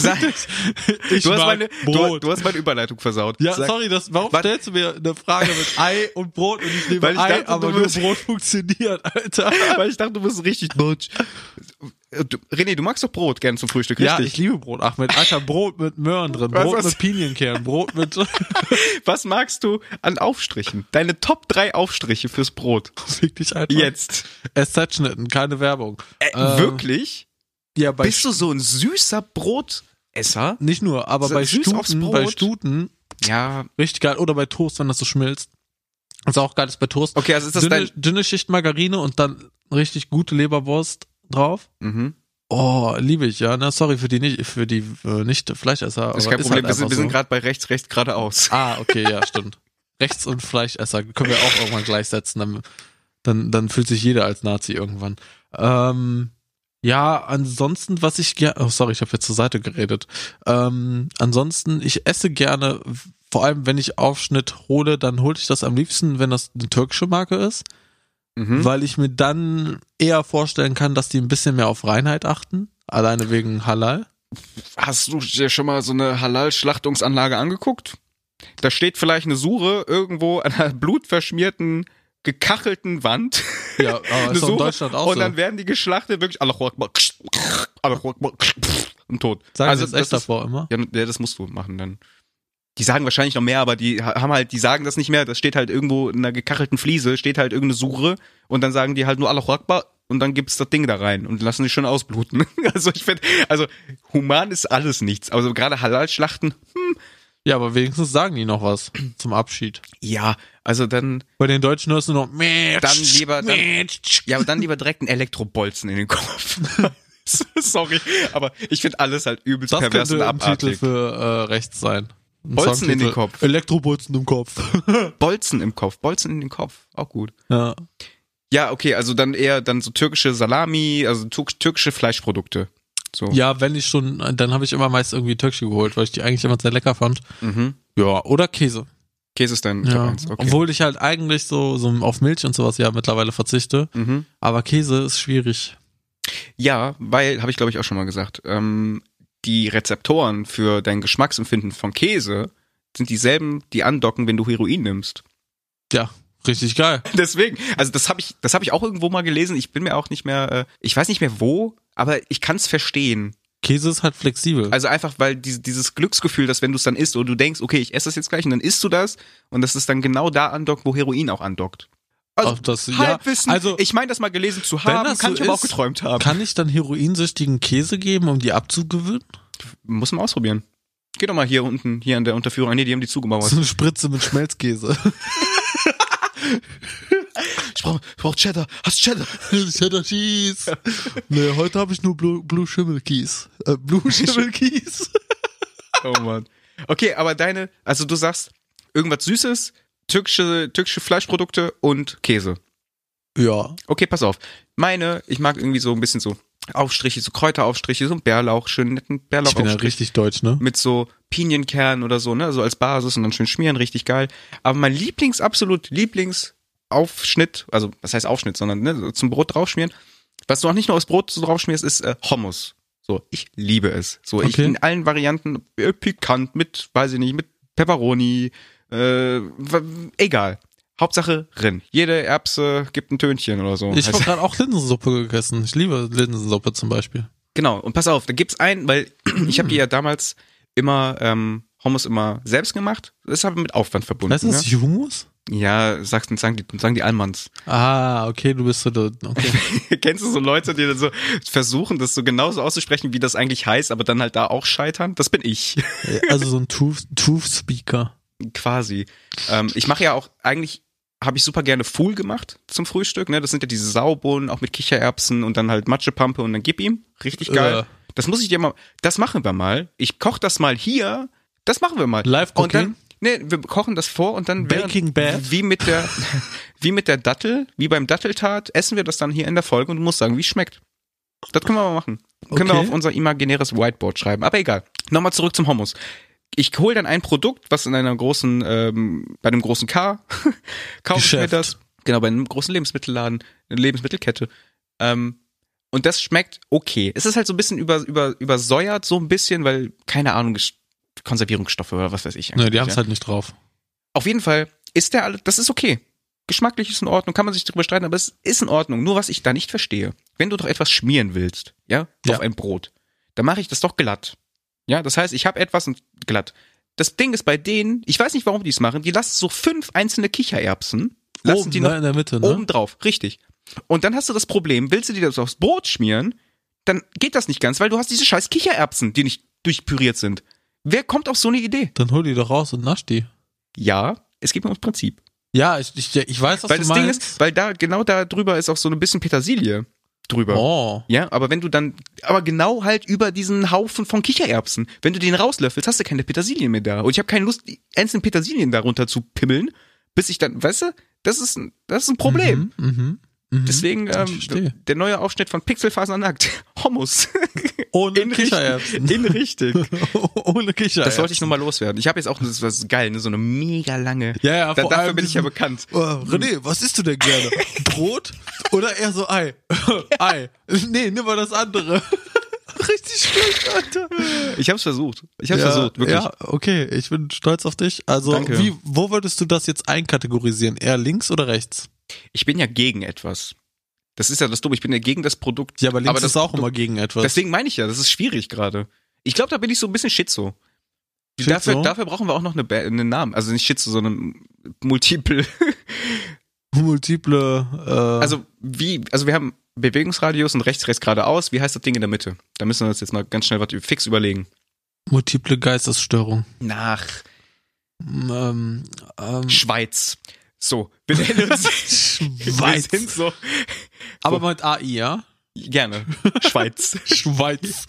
du hast meine Überleitung versaut. Ja, sorry, warum stellst du mir eine Frage mit Ei und Brot und ich nehme Ei, aber nur Brot funktioniert, Alter. Weil ich dachte, du bist richtig deutsch. René, du magst doch Brot gerne zum Frühstück, richtig? Ja, ich liebe Brot, Ahmed. Alter, Brot mit Möhren drin, Brot mit Pinienkern, Brot mit... Was magst du an Aufstrichen? Deine Top 3 Aufstriche fürs Brot. Fick dich, Alter. Jetzt. SZ-Schnitten, keine Werbung. Wirklich? Ja, bist du so ein süßer Brotesser? Nicht nur, aber so bei Stuten, ja, richtig geil. Oder bei Toast, wenn das so schmilzt. Das ist auch geil, ist bei Toast. Okay, also ist das dünne Schicht Margarine und dann richtig gute Leberwurst drauf. Mhm. Oh, liebe ich, ja. Na, sorry für die nicht Fleischesser. Das ist kein Problem, halt wir sind gerade bei rechts geradeaus. Ah, okay, ja, stimmt. Rechts- und Fleischesser können wir auch irgendwann gleichsetzen. Dann fühlt sich jeder als Nazi irgendwann. Ja, ansonsten, was ich gerne... Oh, sorry, ich habe jetzt zur Seite geredet. Ansonsten, ich esse gerne, vor allem wenn ich Aufschnitt hole, dann hole ich das am liebsten, wenn das eine türkische Marke ist, weil ich mir dann eher vorstellen kann, dass die ein bisschen mehr auf Reinheit achten, alleine wegen Halal. Hast du dir schon mal so eine Halal-Schlachtungsanlage angeguckt? Da steht vielleicht eine Sure irgendwo an einer blutverschmierten gekachelten Wand. Ja, aber ist doch in Deutschland auch so. Und dann werden die geschlachtet, wirklich und tot. Sagen also, das echt davor immer? Ja, das musst du machen dann. Die sagen wahrscheinlich noch mehr, aber die sagen das nicht mehr. Das steht halt irgendwo in einer gekachelten Fliese, steht halt irgendeine Sure und dann sagen die halt nur Allahu Akbar und dann gibt's das Ding da rein und lassen die schön ausbluten. Also ich finde, human ist alles nichts. Also gerade Halal-Schlachten, Ja, aber wenigstens sagen die noch was zum Abschied. Ja, also dann... Bei den Deutschen hörst du noch... dann lieber direkt einen Elektrobolzen in den Kopf. Sorry, aber ich finde alles halt übelst pervers und abartig. Das könnte ein Titel für rechts sein. Bolzen in den Kopf. Elektrobolzen im Kopf. Bolzen im Kopf, Bolzen in den Kopf, auch gut. Ja. Ja, okay, also dann eher dann so türkische Salami, also türkische Fleischprodukte. So. Ja, wenn ich schon, dann habe ich immer meist irgendwie türkische geholt, weil ich die eigentlich immer sehr lecker fand. Ja, oder Käse. Käse ist dein ja. Okay. Obwohl ich halt eigentlich so auf Milch und sowas ja mittlerweile verzichte. Aber Käse ist schwierig. Ja, weil, habe ich glaube ich auch schon mal gesagt, die Rezeptoren für dein Geschmacksempfinden von Käse sind dieselben, die andocken, wenn du Heroin nimmst. Ja, richtig geil. Deswegen, also das hab ich auch irgendwo mal gelesen. Ich bin mir auch nicht mehr, ich weiß nicht mehr wo, aber ich kann's verstehen. Käse ist halt flexibel. Also einfach, weil dieses Glücksgefühl, dass wenn du es dann isst und du denkst, okay, ich esse das jetzt gleich und dann isst du das und das ist dann genau da andockt, wo Heroin auch andockt. Also Halbwissen, also, ich meine das mal gelesen zu haben, kann ich aber auch geträumt haben. Kann ich dann heroinsüchtigen Käse geben, um die abzugewöhnen? Muss man ausprobieren. Geh doch mal hier unten, hier an der Unterführung. Nee, die haben die zugemauert. So eine Spritze mit Schmelzkäse. Ich brauch Cheddar. Hast Cheddar? Cheddar Cheese. Nee, heute habe ich nur Blue Schimmelkies. Blue Schimmelkies. Oh Mann. Okay, aber also du sagst irgendwas Süßes, türkische Fleischprodukte und Käse. Ja. Okay, pass auf. Ich mag irgendwie so ein bisschen so Aufstriche, so Kräuteraufstriche, so ein Bärlauch, schön netten Bärlauchaufstrich. Ich bin ja richtig deutsch, ne? Mit so Pinienkern oder so, ne, so als Basis und dann schön schmieren, richtig geil. Aber mein absolut Lieblings Brotaufschnitt, also was heißt Aufschnitt, sondern ne, zum Brot draufschmieren. Was du auch nicht nur aufs Brot draufschmierst, ist Hummus. So, ich liebe es. So, ich Okay. in allen Varianten, pikant, mit, weiß ich nicht, mit Pepperoni, egal. Hauptsache Rinn. Jede Erbse gibt ein Tönchen oder so. Ich habe Heißt- gerade auch Linsensuppe gegessen. Ich liebe Linsensuppe zum Beispiel. Genau, und pass auf, da gibt's einen, weil ich habe die ja damals immer Hummus immer selbst gemacht. Das ist aber mit Aufwand verbunden. Weißt du, das ist Hummus? Ja, sagen die Allmanns. Ah, okay, du bist so da. Okay. Kennst du so Leute, die dann so versuchen, das so genauso auszusprechen, wie das eigentlich heißt, aber dann halt da auch scheitern? Das bin ich. Also so ein Truth Speaker. Quasi. Ich mache ja auch, eigentlich habe ich super gerne Fool gemacht zum Frühstück. Ne? Das sind ja diese Saubohnen, auch mit Kichererbsen und dann halt Matschepampe und dann gib ihm. Richtig geil. Das muss ich dir mal, das machen wir mal. Ich koche das mal hier. Das machen wir mal. Live-Cooking? Und dann, nee, wir kochen das vor und dann Baking Bad? wie mit der Dattel, wie beim Datteltat, essen wir das dann hier in der Folge und du musst sagen, wie es schmeckt. Das können wir mal machen. Können wir Okay. auf unser imaginäres Whiteboard schreiben. Aber egal. Nochmal zurück zum Hummus. Ich hole dann ein Produkt, was in einer großen, bei einem großen K kaufe ich mir Geschäft. das. Genau, bei einem großen Lebensmittelladen, eine Lebensmittelkette. Und das schmeckt okay. Es ist halt so ein bisschen übersäuert, so ein bisschen, weil, keine Ahnung, Konservierungsstoffe oder was weiß ich. Ne, die haben ja. es halt nicht drauf. Auf jeden Fall ist das ist okay. Geschmacklich ist in Ordnung, kann man sich drüber streiten, aber es ist in Ordnung. Nur was ich da nicht verstehe, wenn du doch etwas schmieren willst, ja, Ja. auf ein Brot, dann mache ich das doch glatt. Ja, das heißt, ich habe etwas und glatt. Das Ding ist bei denen, ich weiß nicht, warum die es machen, die lassen so 5 einzelne Kichererbsen, lassen Oben, die noch ne, in der Mitte, ne? oben drauf, richtig. Und dann hast du das Problem, willst du dir das aufs Brot schmieren, dann geht das nicht ganz, weil du hast diese scheiß Kichererbsen, die nicht durchpüriert sind. Wer kommt auf so eine Idee? Dann hol die doch raus und nasch die. Ja, es geht mir ums Prinzip. Ja, ich weiß, was Weil du das meinst. Ding ist, weil da, genau da drüber ist auch so ein bisschen Petersilie drüber. Oh. Ja, aber wenn du dann, aber genau halt über diesen Haufen von Kichererbsen, wenn du den rauslöffelst, hast du keine Petersilie mehr da. Und ich habe keine Lust, die einzelnen Petersilien darunter zu pimmeln, bis ich dann, weißt du, das ist ein Problem. Deswegen, Ich verstehe. der neue Aufschnitt von Pixelfasernackt, Hummus. Ohne In Kichererbsen. In richtig. Ohne Kichererbsen. Das wollte ich nochmal loswerden. Ich habe jetzt auch, das ist geil, ne, so eine mega lange. Ja, vor Dafür allem bin ich ja diesen- bekannt. Oh, René, was isst du denn gerne? Brot oder eher so Ei? Ei. Nee, nimm mal das andere. Richtig schlecht, Alter. Ich hab's versucht. Wirklich. Ja, okay, ich bin stolz auf dich. Also, Danke. wo würdest du das jetzt einkategorisieren? Eher links oder rechts? Ich bin ja gegen etwas. Das ist ja das Dumme, ich bin ja gegen das Produkt. Ja, aber links das ist auch immer gegen etwas. Deswegen meine ich ja, das ist schwierig gerade. Ich glaube, da bin ich so ein bisschen Schizo. Schizo? Dafür brauchen wir auch noch einen Namen. Also nicht Schizo, sondern Multiple. Multiple, Also wir haben Bewegungsradius und rechts, geradeaus. Wie heißt das Ding in der Mitte? Da müssen wir uns jetzt mal ganz schnell was fix überlegen. multiple Geistesstörung. Nach Ähm, Schweiz. So, wir nennen uns Schweiz. Wir sind so Aber mit AI, ja? gerne Schweiz. Schweiz.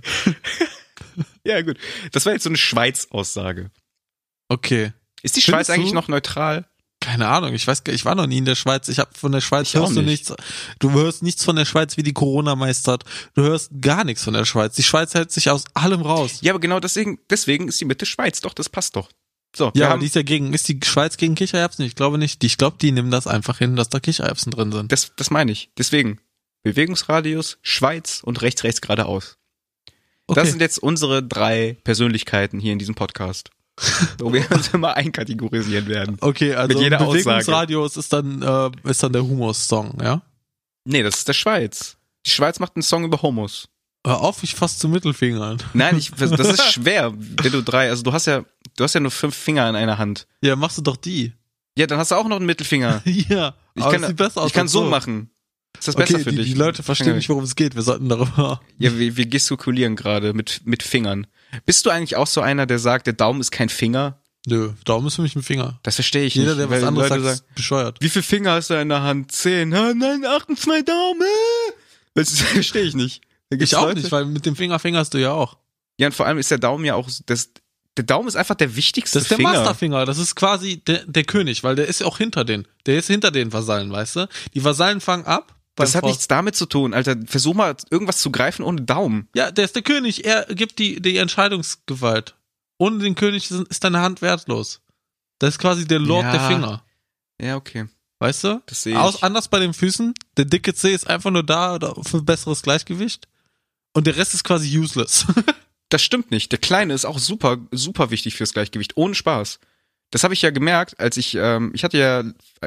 Ja, gut. Das war jetzt so eine Schweiz-Aussage. Okay. Ist die Schweiz Findest eigentlich du? noch neutral? Keine Ahnung, ich weiß, ich war noch nie in der Schweiz. Ich habe von der Schweiz Ich auch hörst du nicht. nichts. Du hörst nichts von der Schweiz, wie die Corona meistert. Du hörst gar nichts von der Schweiz. Die Schweiz hält sich aus allem raus. Ja, aber genau deswegen ist die Mitte Schweiz. Doch, das passt doch. So, Ja, wir aber haben, die ist die Schweiz gegen Kichererbsen? Ich glaube nicht. Ich glaube, die nehmen das einfach hin, dass da Kichererbsen drin sind. das meine ich. Deswegen Bewegungsradius, Schweiz und rechts geradeaus. Okay. Das sind jetzt unsere 3 Persönlichkeiten hier in diesem Podcast. Wo wir uns immer einkategorisieren werden. Okay, also Mit jeder Bewegungsradius ist dann der Humus-Song, ja? Nee, das ist der Schweiz. Die Schweiz macht einen Song über Homos. Hör auf, ich fass zu Mittelfingern. Nein, das ist schwer, wenn du 3, also du hast ja nur 5 Finger in einer Hand. Ja, machst du doch die. Ja, dann hast du auch noch einen Mittelfinger. Ja, aber es sieht besser aus. Ich kann als so machen. Ist das Okay, besser für dich? die Leute verstehen nicht, worum es geht. Wir sollten darüber. Ja, wir gestikulieren gerade mit Fingern. Bist du eigentlich auch so einer, der sagt, der Daumen ist kein Finger? Nö, Daumen ist für mich ein Finger. Das verstehe ich Jeder, nicht. der was weil anderes Leute sagt, sagen, ist bescheuert. wie viele Finger hast du in der Hand? 10. Nein, 8 und 2 Daumen. Das verstehe ich nicht. Da gibt's Ich auch Leute- nicht, weil mit dem Finger fingerst du ja auch. Ja, und vor allem ist der Daumen ja auch, der Daumen ist einfach der wichtigste Das ist der Finger. Masterfinger, das ist quasi der König, weil der ist ja auch hinter den. Der ist hinter den Vasallen, weißt du? Die Vasallen fangen ab. Das beim hat nichts damit zu tun, Alter. Versuch mal, irgendwas zu greifen ohne Daumen. Ja, der ist der König, er gibt die Entscheidungsgewalt. Ohne den König ist deine Hand wertlos. Das ist quasi der Lord Ja. der Finger. Ja, okay. Weißt du? Das sehe ich. Anders bei den Füßen. Der dicke Zeh ist einfach nur da für besseres Gleichgewicht. Und der Rest ist quasi useless. Das stimmt nicht. Der Kleine ist auch super, super wichtig fürs Gleichgewicht. Ohne Spaß. Das habe ich ja gemerkt, als ich hatte ja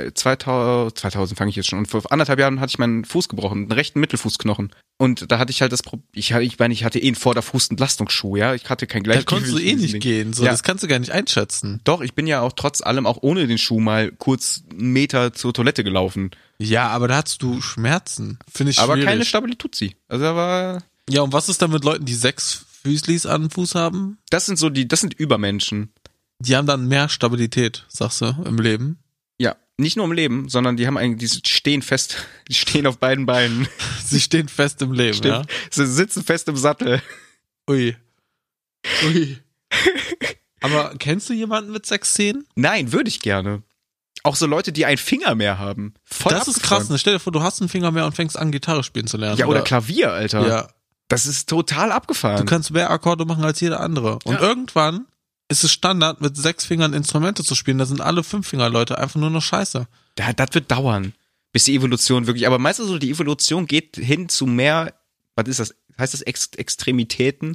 2000 fange ich jetzt schon, und vor 1,5 Jahren hatte ich meinen Fuß gebrochen, einen rechten Mittelfußknochen. Und da hatte ich halt das Problem, ich hatte einen Vorderfußentlastungsschuh, ja, ich hatte kein Da Gleichgewicht. konntest du nicht gehen, so, Ja. das kannst du gar nicht einschätzen. Doch, ich bin ja auch trotz allem auch ohne den Schuh mal kurz 1 Meter zur Toilette gelaufen. Ja, aber da hattest du Schmerzen. Finde ich Aber schwierig. keine Stabilität. Also da war, Ja, und was ist dann mit Leuten, die 6 Füßlis an den Fuß haben? das sind Übermenschen. Die haben dann mehr Stabilität, sagst du, im Leben. Ja, nicht nur im Leben, sondern die haben eigentlich, die stehen fest, die stehen auf beiden Beinen. Sie stehen fest im Leben, ja. Sie sitzen fest im Sattel. Ui. Ui. Aber kennst du jemanden mit 6 Zähnen? Nein, würde ich gerne. Auch so Leute, die einen Finger mehr haben. Voll Das ist abgefahren. krass, ne? Stell dir vor, du hast einen Finger mehr und fängst an, Gitarre spielen zu lernen. Ja, oder Klavier, Alter. Ja, Das ist total abgefahren. du kannst mehr Akkorde machen als jeder andere. Und Ja. irgendwann ist es Standard, mit 6 Fingern Instrumente zu spielen. Da sind alle 5-Finger-Leute einfach nur noch scheiße. Das wird dauern, bis die Evolution wirklich, aber meinst du so, die Evolution geht hin zu mehr, was ist das? Heißt das Extremitäten?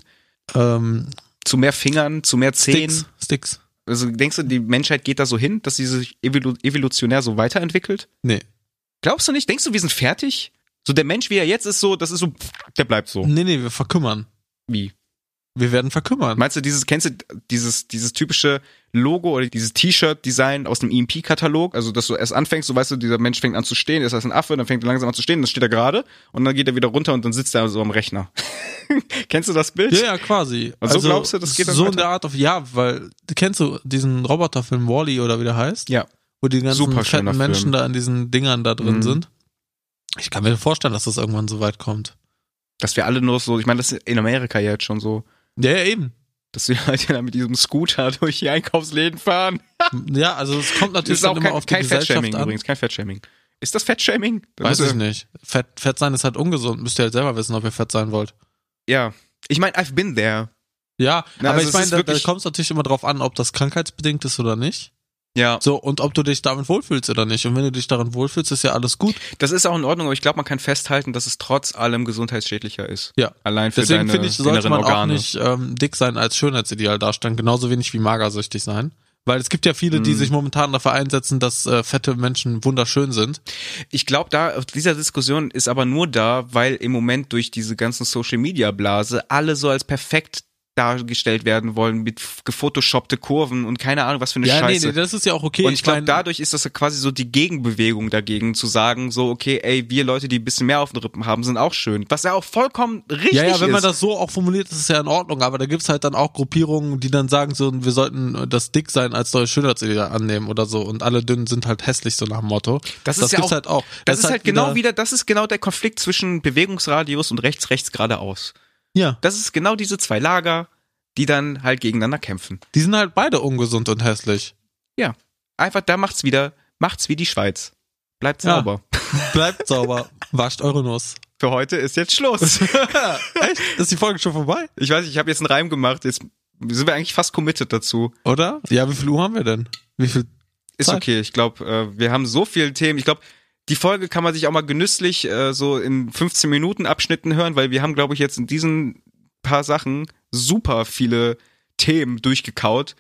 Zu mehr Fingern, zu mehr Zähnen? Sticks. Also denkst du, die Menschheit geht da so hin, dass sie sich evolutionär so weiterentwickelt? Nee. Glaubst du nicht? Denkst du, wir sind fertig? So der Mensch, wie er jetzt ist, so, das ist so, der bleibt so. Nee, wir verkümmern. Wie? Wir werden verkümmern. Meinst du, kennst du dieses typische Logo oder dieses T-Shirt-Design aus dem EMP-Katalog? Also, dass du erst anfängst, so weißt du, dieser Mensch fängt an zu stehen, er ist ein Affe, dann fängt er langsam an zu stehen, dann steht er gerade und dann geht er wieder runter und dann sitzt er so am Rechner. Kennst du das Bild? Ja, quasi. Und so glaubst du, das geht dann so weiter? in der Art ja, weil, kennst du diesen Roboterfilm Wall-E oder wie der heißt? Ja. Wo die ganzen Super schöner fetten Menschen Film. da in diesen Dingern da drin Mhm. sind. Ich kann mir vorstellen, dass das irgendwann so weit kommt. Dass wir alle nur so, ich meine, das ist in Amerika ja jetzt schon so, Ja, eben. dass wir halt ja mit diesem Scooter durch die Einkaufsläden fahren. Ja, also es kommt Das natürlich ist auch dann immer auf die kein Gesellschaft Fettshaming an. übrigens, kein Fettshaming. Ist das Fettshaming? Da Weiß muss ich nicht. Fett sein ist halt ungesund. Müsst ihr halt selber wissen, ob ihr fett sein wollt. Ja. Ich meine, I've been there. Ja, Na, aber also ich meine, es ist da wirklich- kommt es natürlich immer drauf an, ob das krankheitsbedingt ist oder nicht. Ja. So, und ob du dich damit wohlfühlst oder nicht. Und wenn du dich darin wohlfühlst, ist ja alles gut. Das ist auch in Ordnung, aber ich glaube, man kann festhalten, dass es trotz allem gesundheitsschädlicher ist. Ja. Allein für Deswegen deine finde ich, sollte inneren man Organe. auch nicht dick sein als Schönheitsideal darstellen, genauso wenig wie magersüchtig sein. Weil es gibt ja viele, die sich momentan dafür einsetzen, dass fette Menschen wunderschön sind. Ich glaube, dieser Diskussion ist aber nur da, weil im Moment durch diese ganzen Social-Media-Blase alle so als perfekt dargestellt werden wollen mit gefotoshoppte Kurven und keine Ahnung, was für eine Ja, Scheiße. nee, das ist ja auch okay. Und ich glaube, mein, dadurch ist das ja quasi so die Gegenbewegung dagegen, zu sagen, so, okay, ey, wir Leute, die ein bisschen mehr auf den Rippen haben, sind auch schön. Was ja auch vollkommen richtig ist. ja, wenn man das so auch formuliert, ist es ja in Ordnung, aber da gibt's halt dann auch Gruppierungen, die dann sagen so, wir sollten das Dicksein als neues Schönheitsideal annehmen oder so und alle Dünnen sind halt hässlich, so nach dem Motto. Das ist ja gibt's auch, halt auch. Das ist halt genau wieder, das ist genau der Konflikt zwischen Bewegungsradius und rechts geradeaus. Ja, Das ist genau diese zwei Lager, die dann halt gegeneinander kämpfen. die sind halt beide ungesund und hässlich. Ja. Einfach, da macht's wie die Schweiz. Bleibt Ja. sauber. Bleibt sauber, wascht eure Nuss. Für heute ist jetzt Schluss. Echt? Ist die Folge schon vorbei? Ich weiß, ich habe jetzt einen Reim gemacht, jetzt sind wir eigentlich fast committed dazu. Oder? Ja, wie viel Uhr haben wir denn? Wie viel? Ist Zeit. okay, ich glaube, wir haben so viele Themen. Ich glaube, die Folge kann man sich auch mal genüsslich so in 15 Minuten Abschnitten hören, weil wir haben, glaube ich, jetzt in diesen paar Sachen super viele Themen durchgekaut.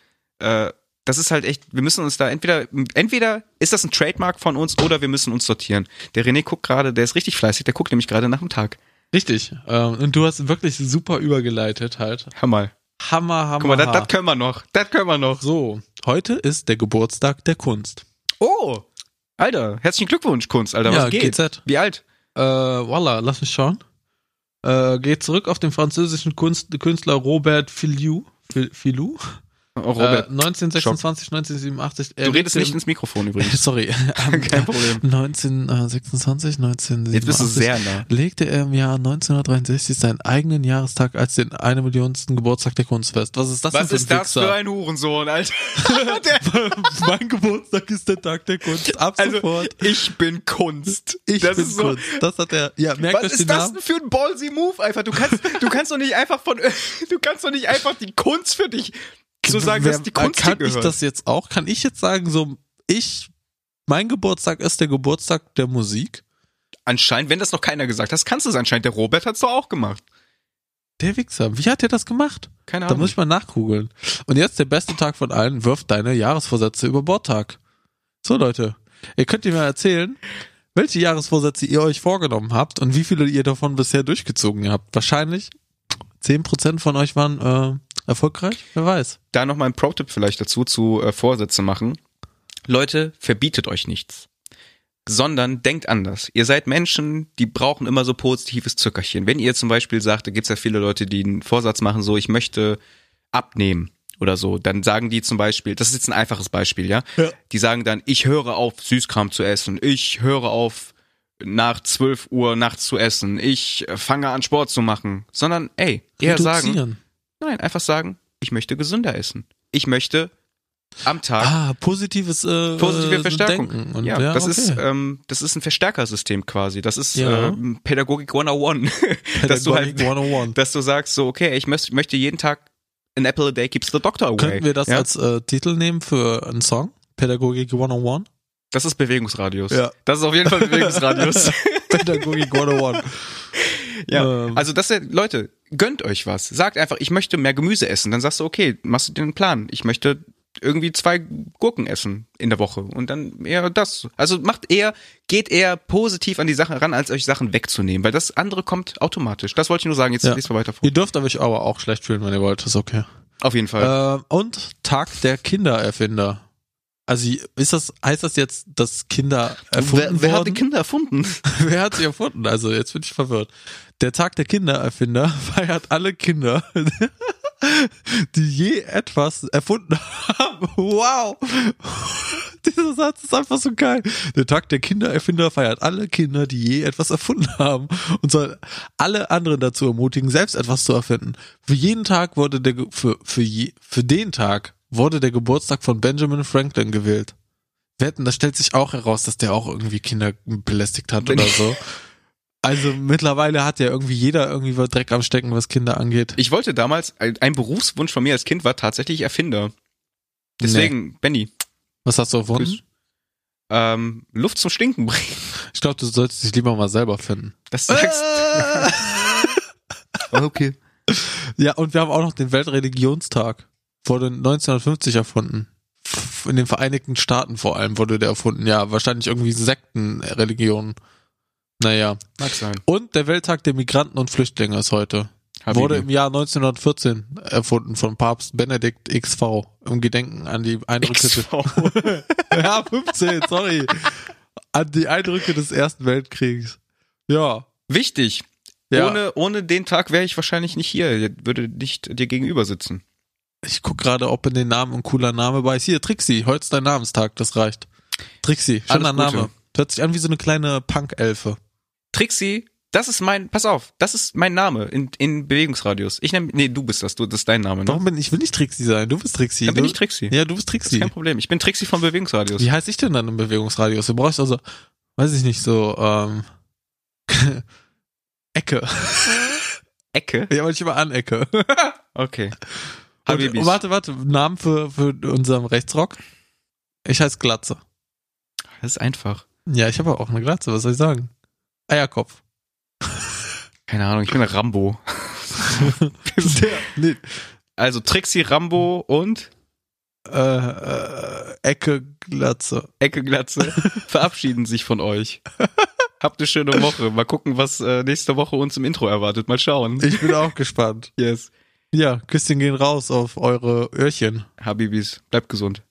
Das ist halt echt, wir müssen uns da entweder ist das ein Trademark von uns oder wir müssen uns sortieren. Der René guckt gerade, der ist richtig fleißig, der guckt nämlich gerade nach dem Tag. Richtig. Und du hast wirklich super übergeleitet halt. Hör mal. Hammer. Guck mal, das können wir noch. Das können wir noch. So, heute ist der Geburtstag der Kunst. Oh, Alter, herzlichen Glückwunsch, Kunst, Alter. Ja, Was geht? GZ. Wie alt? Voila, lass mich schauen. Geht zurück auf den französischen Künstler Robert Filou. Oh, Robert, 1926, 1987. du redest nicht ins Mikrofon übrigens. Sorry. Kein Problem. 1926, 1987 Jetzt bist du sehr nah. legte er im Jahr 1963 seinen eigenen Jahrestag als den 1 Millionsten Geburtstag der Kunst fest. Was ist das Was denn ist für ein das für Wichser? ein Hurensohn, Alter? Mein Geburtstag ist der Tag der Kunst. Ab Also, sofort. ich bin Kunst. Ich das bin ist so, Kunst. Das hat er. Ja, merkt was euch den ist das Namen. denn für ein ballsy Move, einfach? Du kannst doch nicht einfach die Kunst für dich so sagen, dass die Kunst dir kann ich gehört. das jetzt auch? Kann ich jetzt sagen, so, ich Mein Geburtstag ist der Geburtstag der Musik. Anscheinend, wenn das noch keiner gesagt hat, kannst du es anscheinend. Der Robert hat's doch auch gemacht. Der Wichser. Wie hat der das gemacht? Keine Da Ahnung. muss ich mal nachgoogeln. Und jetzt der beste Tag von allen, wirft deine Jahresvorsätze über Bordtag. So Leute, ihr könnt mir mal erzählen, welche Jahresvorsätze ihr euch vorgenommen habt und wie viele ihr davon bisher durchgezogen habt. Wahrscheinlich 10% von euch waren erfolgreich, wer weiß. Da noch mal ein Pro-Tipp vielleicht dazu, zu Vorsätze machen. Leute, verbietet euch nichts. Sondern denkt anders. Ihr seid Menschen, die brauchen immer so positives Zückerchen. Wenn ihr zum Beispiel sagt, da gibt's ja viele Leute, die einen Vorsatz machen, so ich möchte abnehmen oder so, dann sagen die zum Beispiel, das ist jetzt ein einfaches Beispiel, ja? Die sagen dann, ich höre auf, Süßkram zu essen, ich höre auf, nach 12 Uhr nachts zu essen, ich fange an, Sport zu machen. Sondern, ey, eher sagen, nein, einfach sagen, ich möchte gesünder essen. Ich möchte am Tag positives positive Verstärkung. Denken. Und, Ja, das okay. das ist ein Verstärkersystem quasi. Das ist Ja. Pädagogik 101. Pädagogik 101. Dass du sagst so, okay, ich möchte jeden Tag an apple a day keeps the doctor away. Könnten wir das ja? als Titel nehmen für einen Song? Pädagogik 101? Das ist Bewegungsradius. Ja. Das ist auf jeden Fall Bewegungsradius. Pädagogik 101. Ja, also Leute, gönnt euch was. Sagt einfach, ich möchte mehr Gemüse essen. Dann sagst du, okay, machst du dir einen Plan. Ich möchte irgendwie 2 Gurken essen in der Woche und dann eher das. Also geht eher positiv an die Sache ran, als euch Sachen wegzunehmen, weil das andere kommt automatisch. Das wollte ich nur sagen, jetzt liest mal weiter vor. Ihr dürft euch aber auch schlecht fühlen, wenn ihr wollt, ist okay. Auf jeden Fall. Und Tag der Kindererfinder. Also heißt das jetzt, dass Kinder erfunden Wer hat wurden? die Kinder erfunden? Wer hat sie erfunden? Also jetzt bin ich verwirrt. Der Tag der Kindererfinder feiert alle Kinder, die je etwas erfunden haben. Wow! Dieser Satz ist einfach so geil. Der Tag der Kindererfinder feiert alle Kinder, die je etwas erfunden haben und soll alle anderen dazu ermutigen, selbst etwas zu erfinden. Für jeden Tag wurde für den Tag wurde der Geburtstag von Benjamin Franklin gewählt. Wetten, das stellt sich auch heraus, dass der auch irgendwie Kinder belästigt hat oder so. Also mittlerweile hat ja irgendwie jeder irgendwie Dreck am Stecken, was Kinder angeht. Ich wollte damals, ein Berufswunsch von mir als Kind war tatsächlich Erfinder. Deswegen, Benny. Was hast du erfunden? Luft zum Stinken bringen. Ich glaube, du solltest dich lieber mal selber finden. Das sagst Okay. Ja, und wir haben auch noch den Weltreligionstag. Wurde 1950 erfunden. In den Vereinigten Staaten vor allem wurde der erfunden. Ja, wahrscheinlich irgendwie Sektenreligionen. Naja. Mag sein. Und der Welttag der Migranten und Flüchtlinge ist heute. Habibi. Wurde im Jahr 1914 erfunden von Papst Benedikt XV im Gedenken an die Eindrücke ja, 15, sorry. An die Eindrücke des Ersten Weltkriegs. Ja. Wichtig. Ja. Ohne den Tag wäre ich wahrscheinlich nicht hier. Würde nicht dir gegenüber sitzen. Ich guck gerade, ob in den Namen ein cooler Name bei ist. Hier, Trixie, heute ist dein Namenstag, das reicht. Trixie, schöner Alles Gute. Name. Hört sich an wie so eine kleine Punk-Elfe. Trixie, das ist mein Name in Bewegungsradius. Du bist das, das ist dein Name, ne? Warum ich will nicht Trixie sein, du bist Trixie. Dann bin ich Trixie. Ja, du bist Das Trixie. ist kein Problem. Ich bin Trixie vom Bewegungsradius. Wie heißt ich denn dann im Bewegungsradius? Du brauchst also, weiß ich nicht, so, Ecke. Ecke? Ja, wollte ich immer Anecke. Okay. Und, Habibis. warte, Namen für unseren Rechtsrock? Ich heiße Glatze. Das ist einfach. Ja, ich habe auch eine Glatze, was soll ich sagen? Eierkopf. Keine Ahnung, ich bin Rambo. Nee. Also Trixie, Rambo und Ecke, Glatze. Ecke Glatze verabschieden sich von euch. Habt eine schöne Woche. Mal gucken, was nächste Woche uns im Intro erwartet. Mal schauen. Ich bin auch gespannt. Yes. Ja, Küsschen gehen raus auf eure Öhrchen. Habibis, bleibt gesund.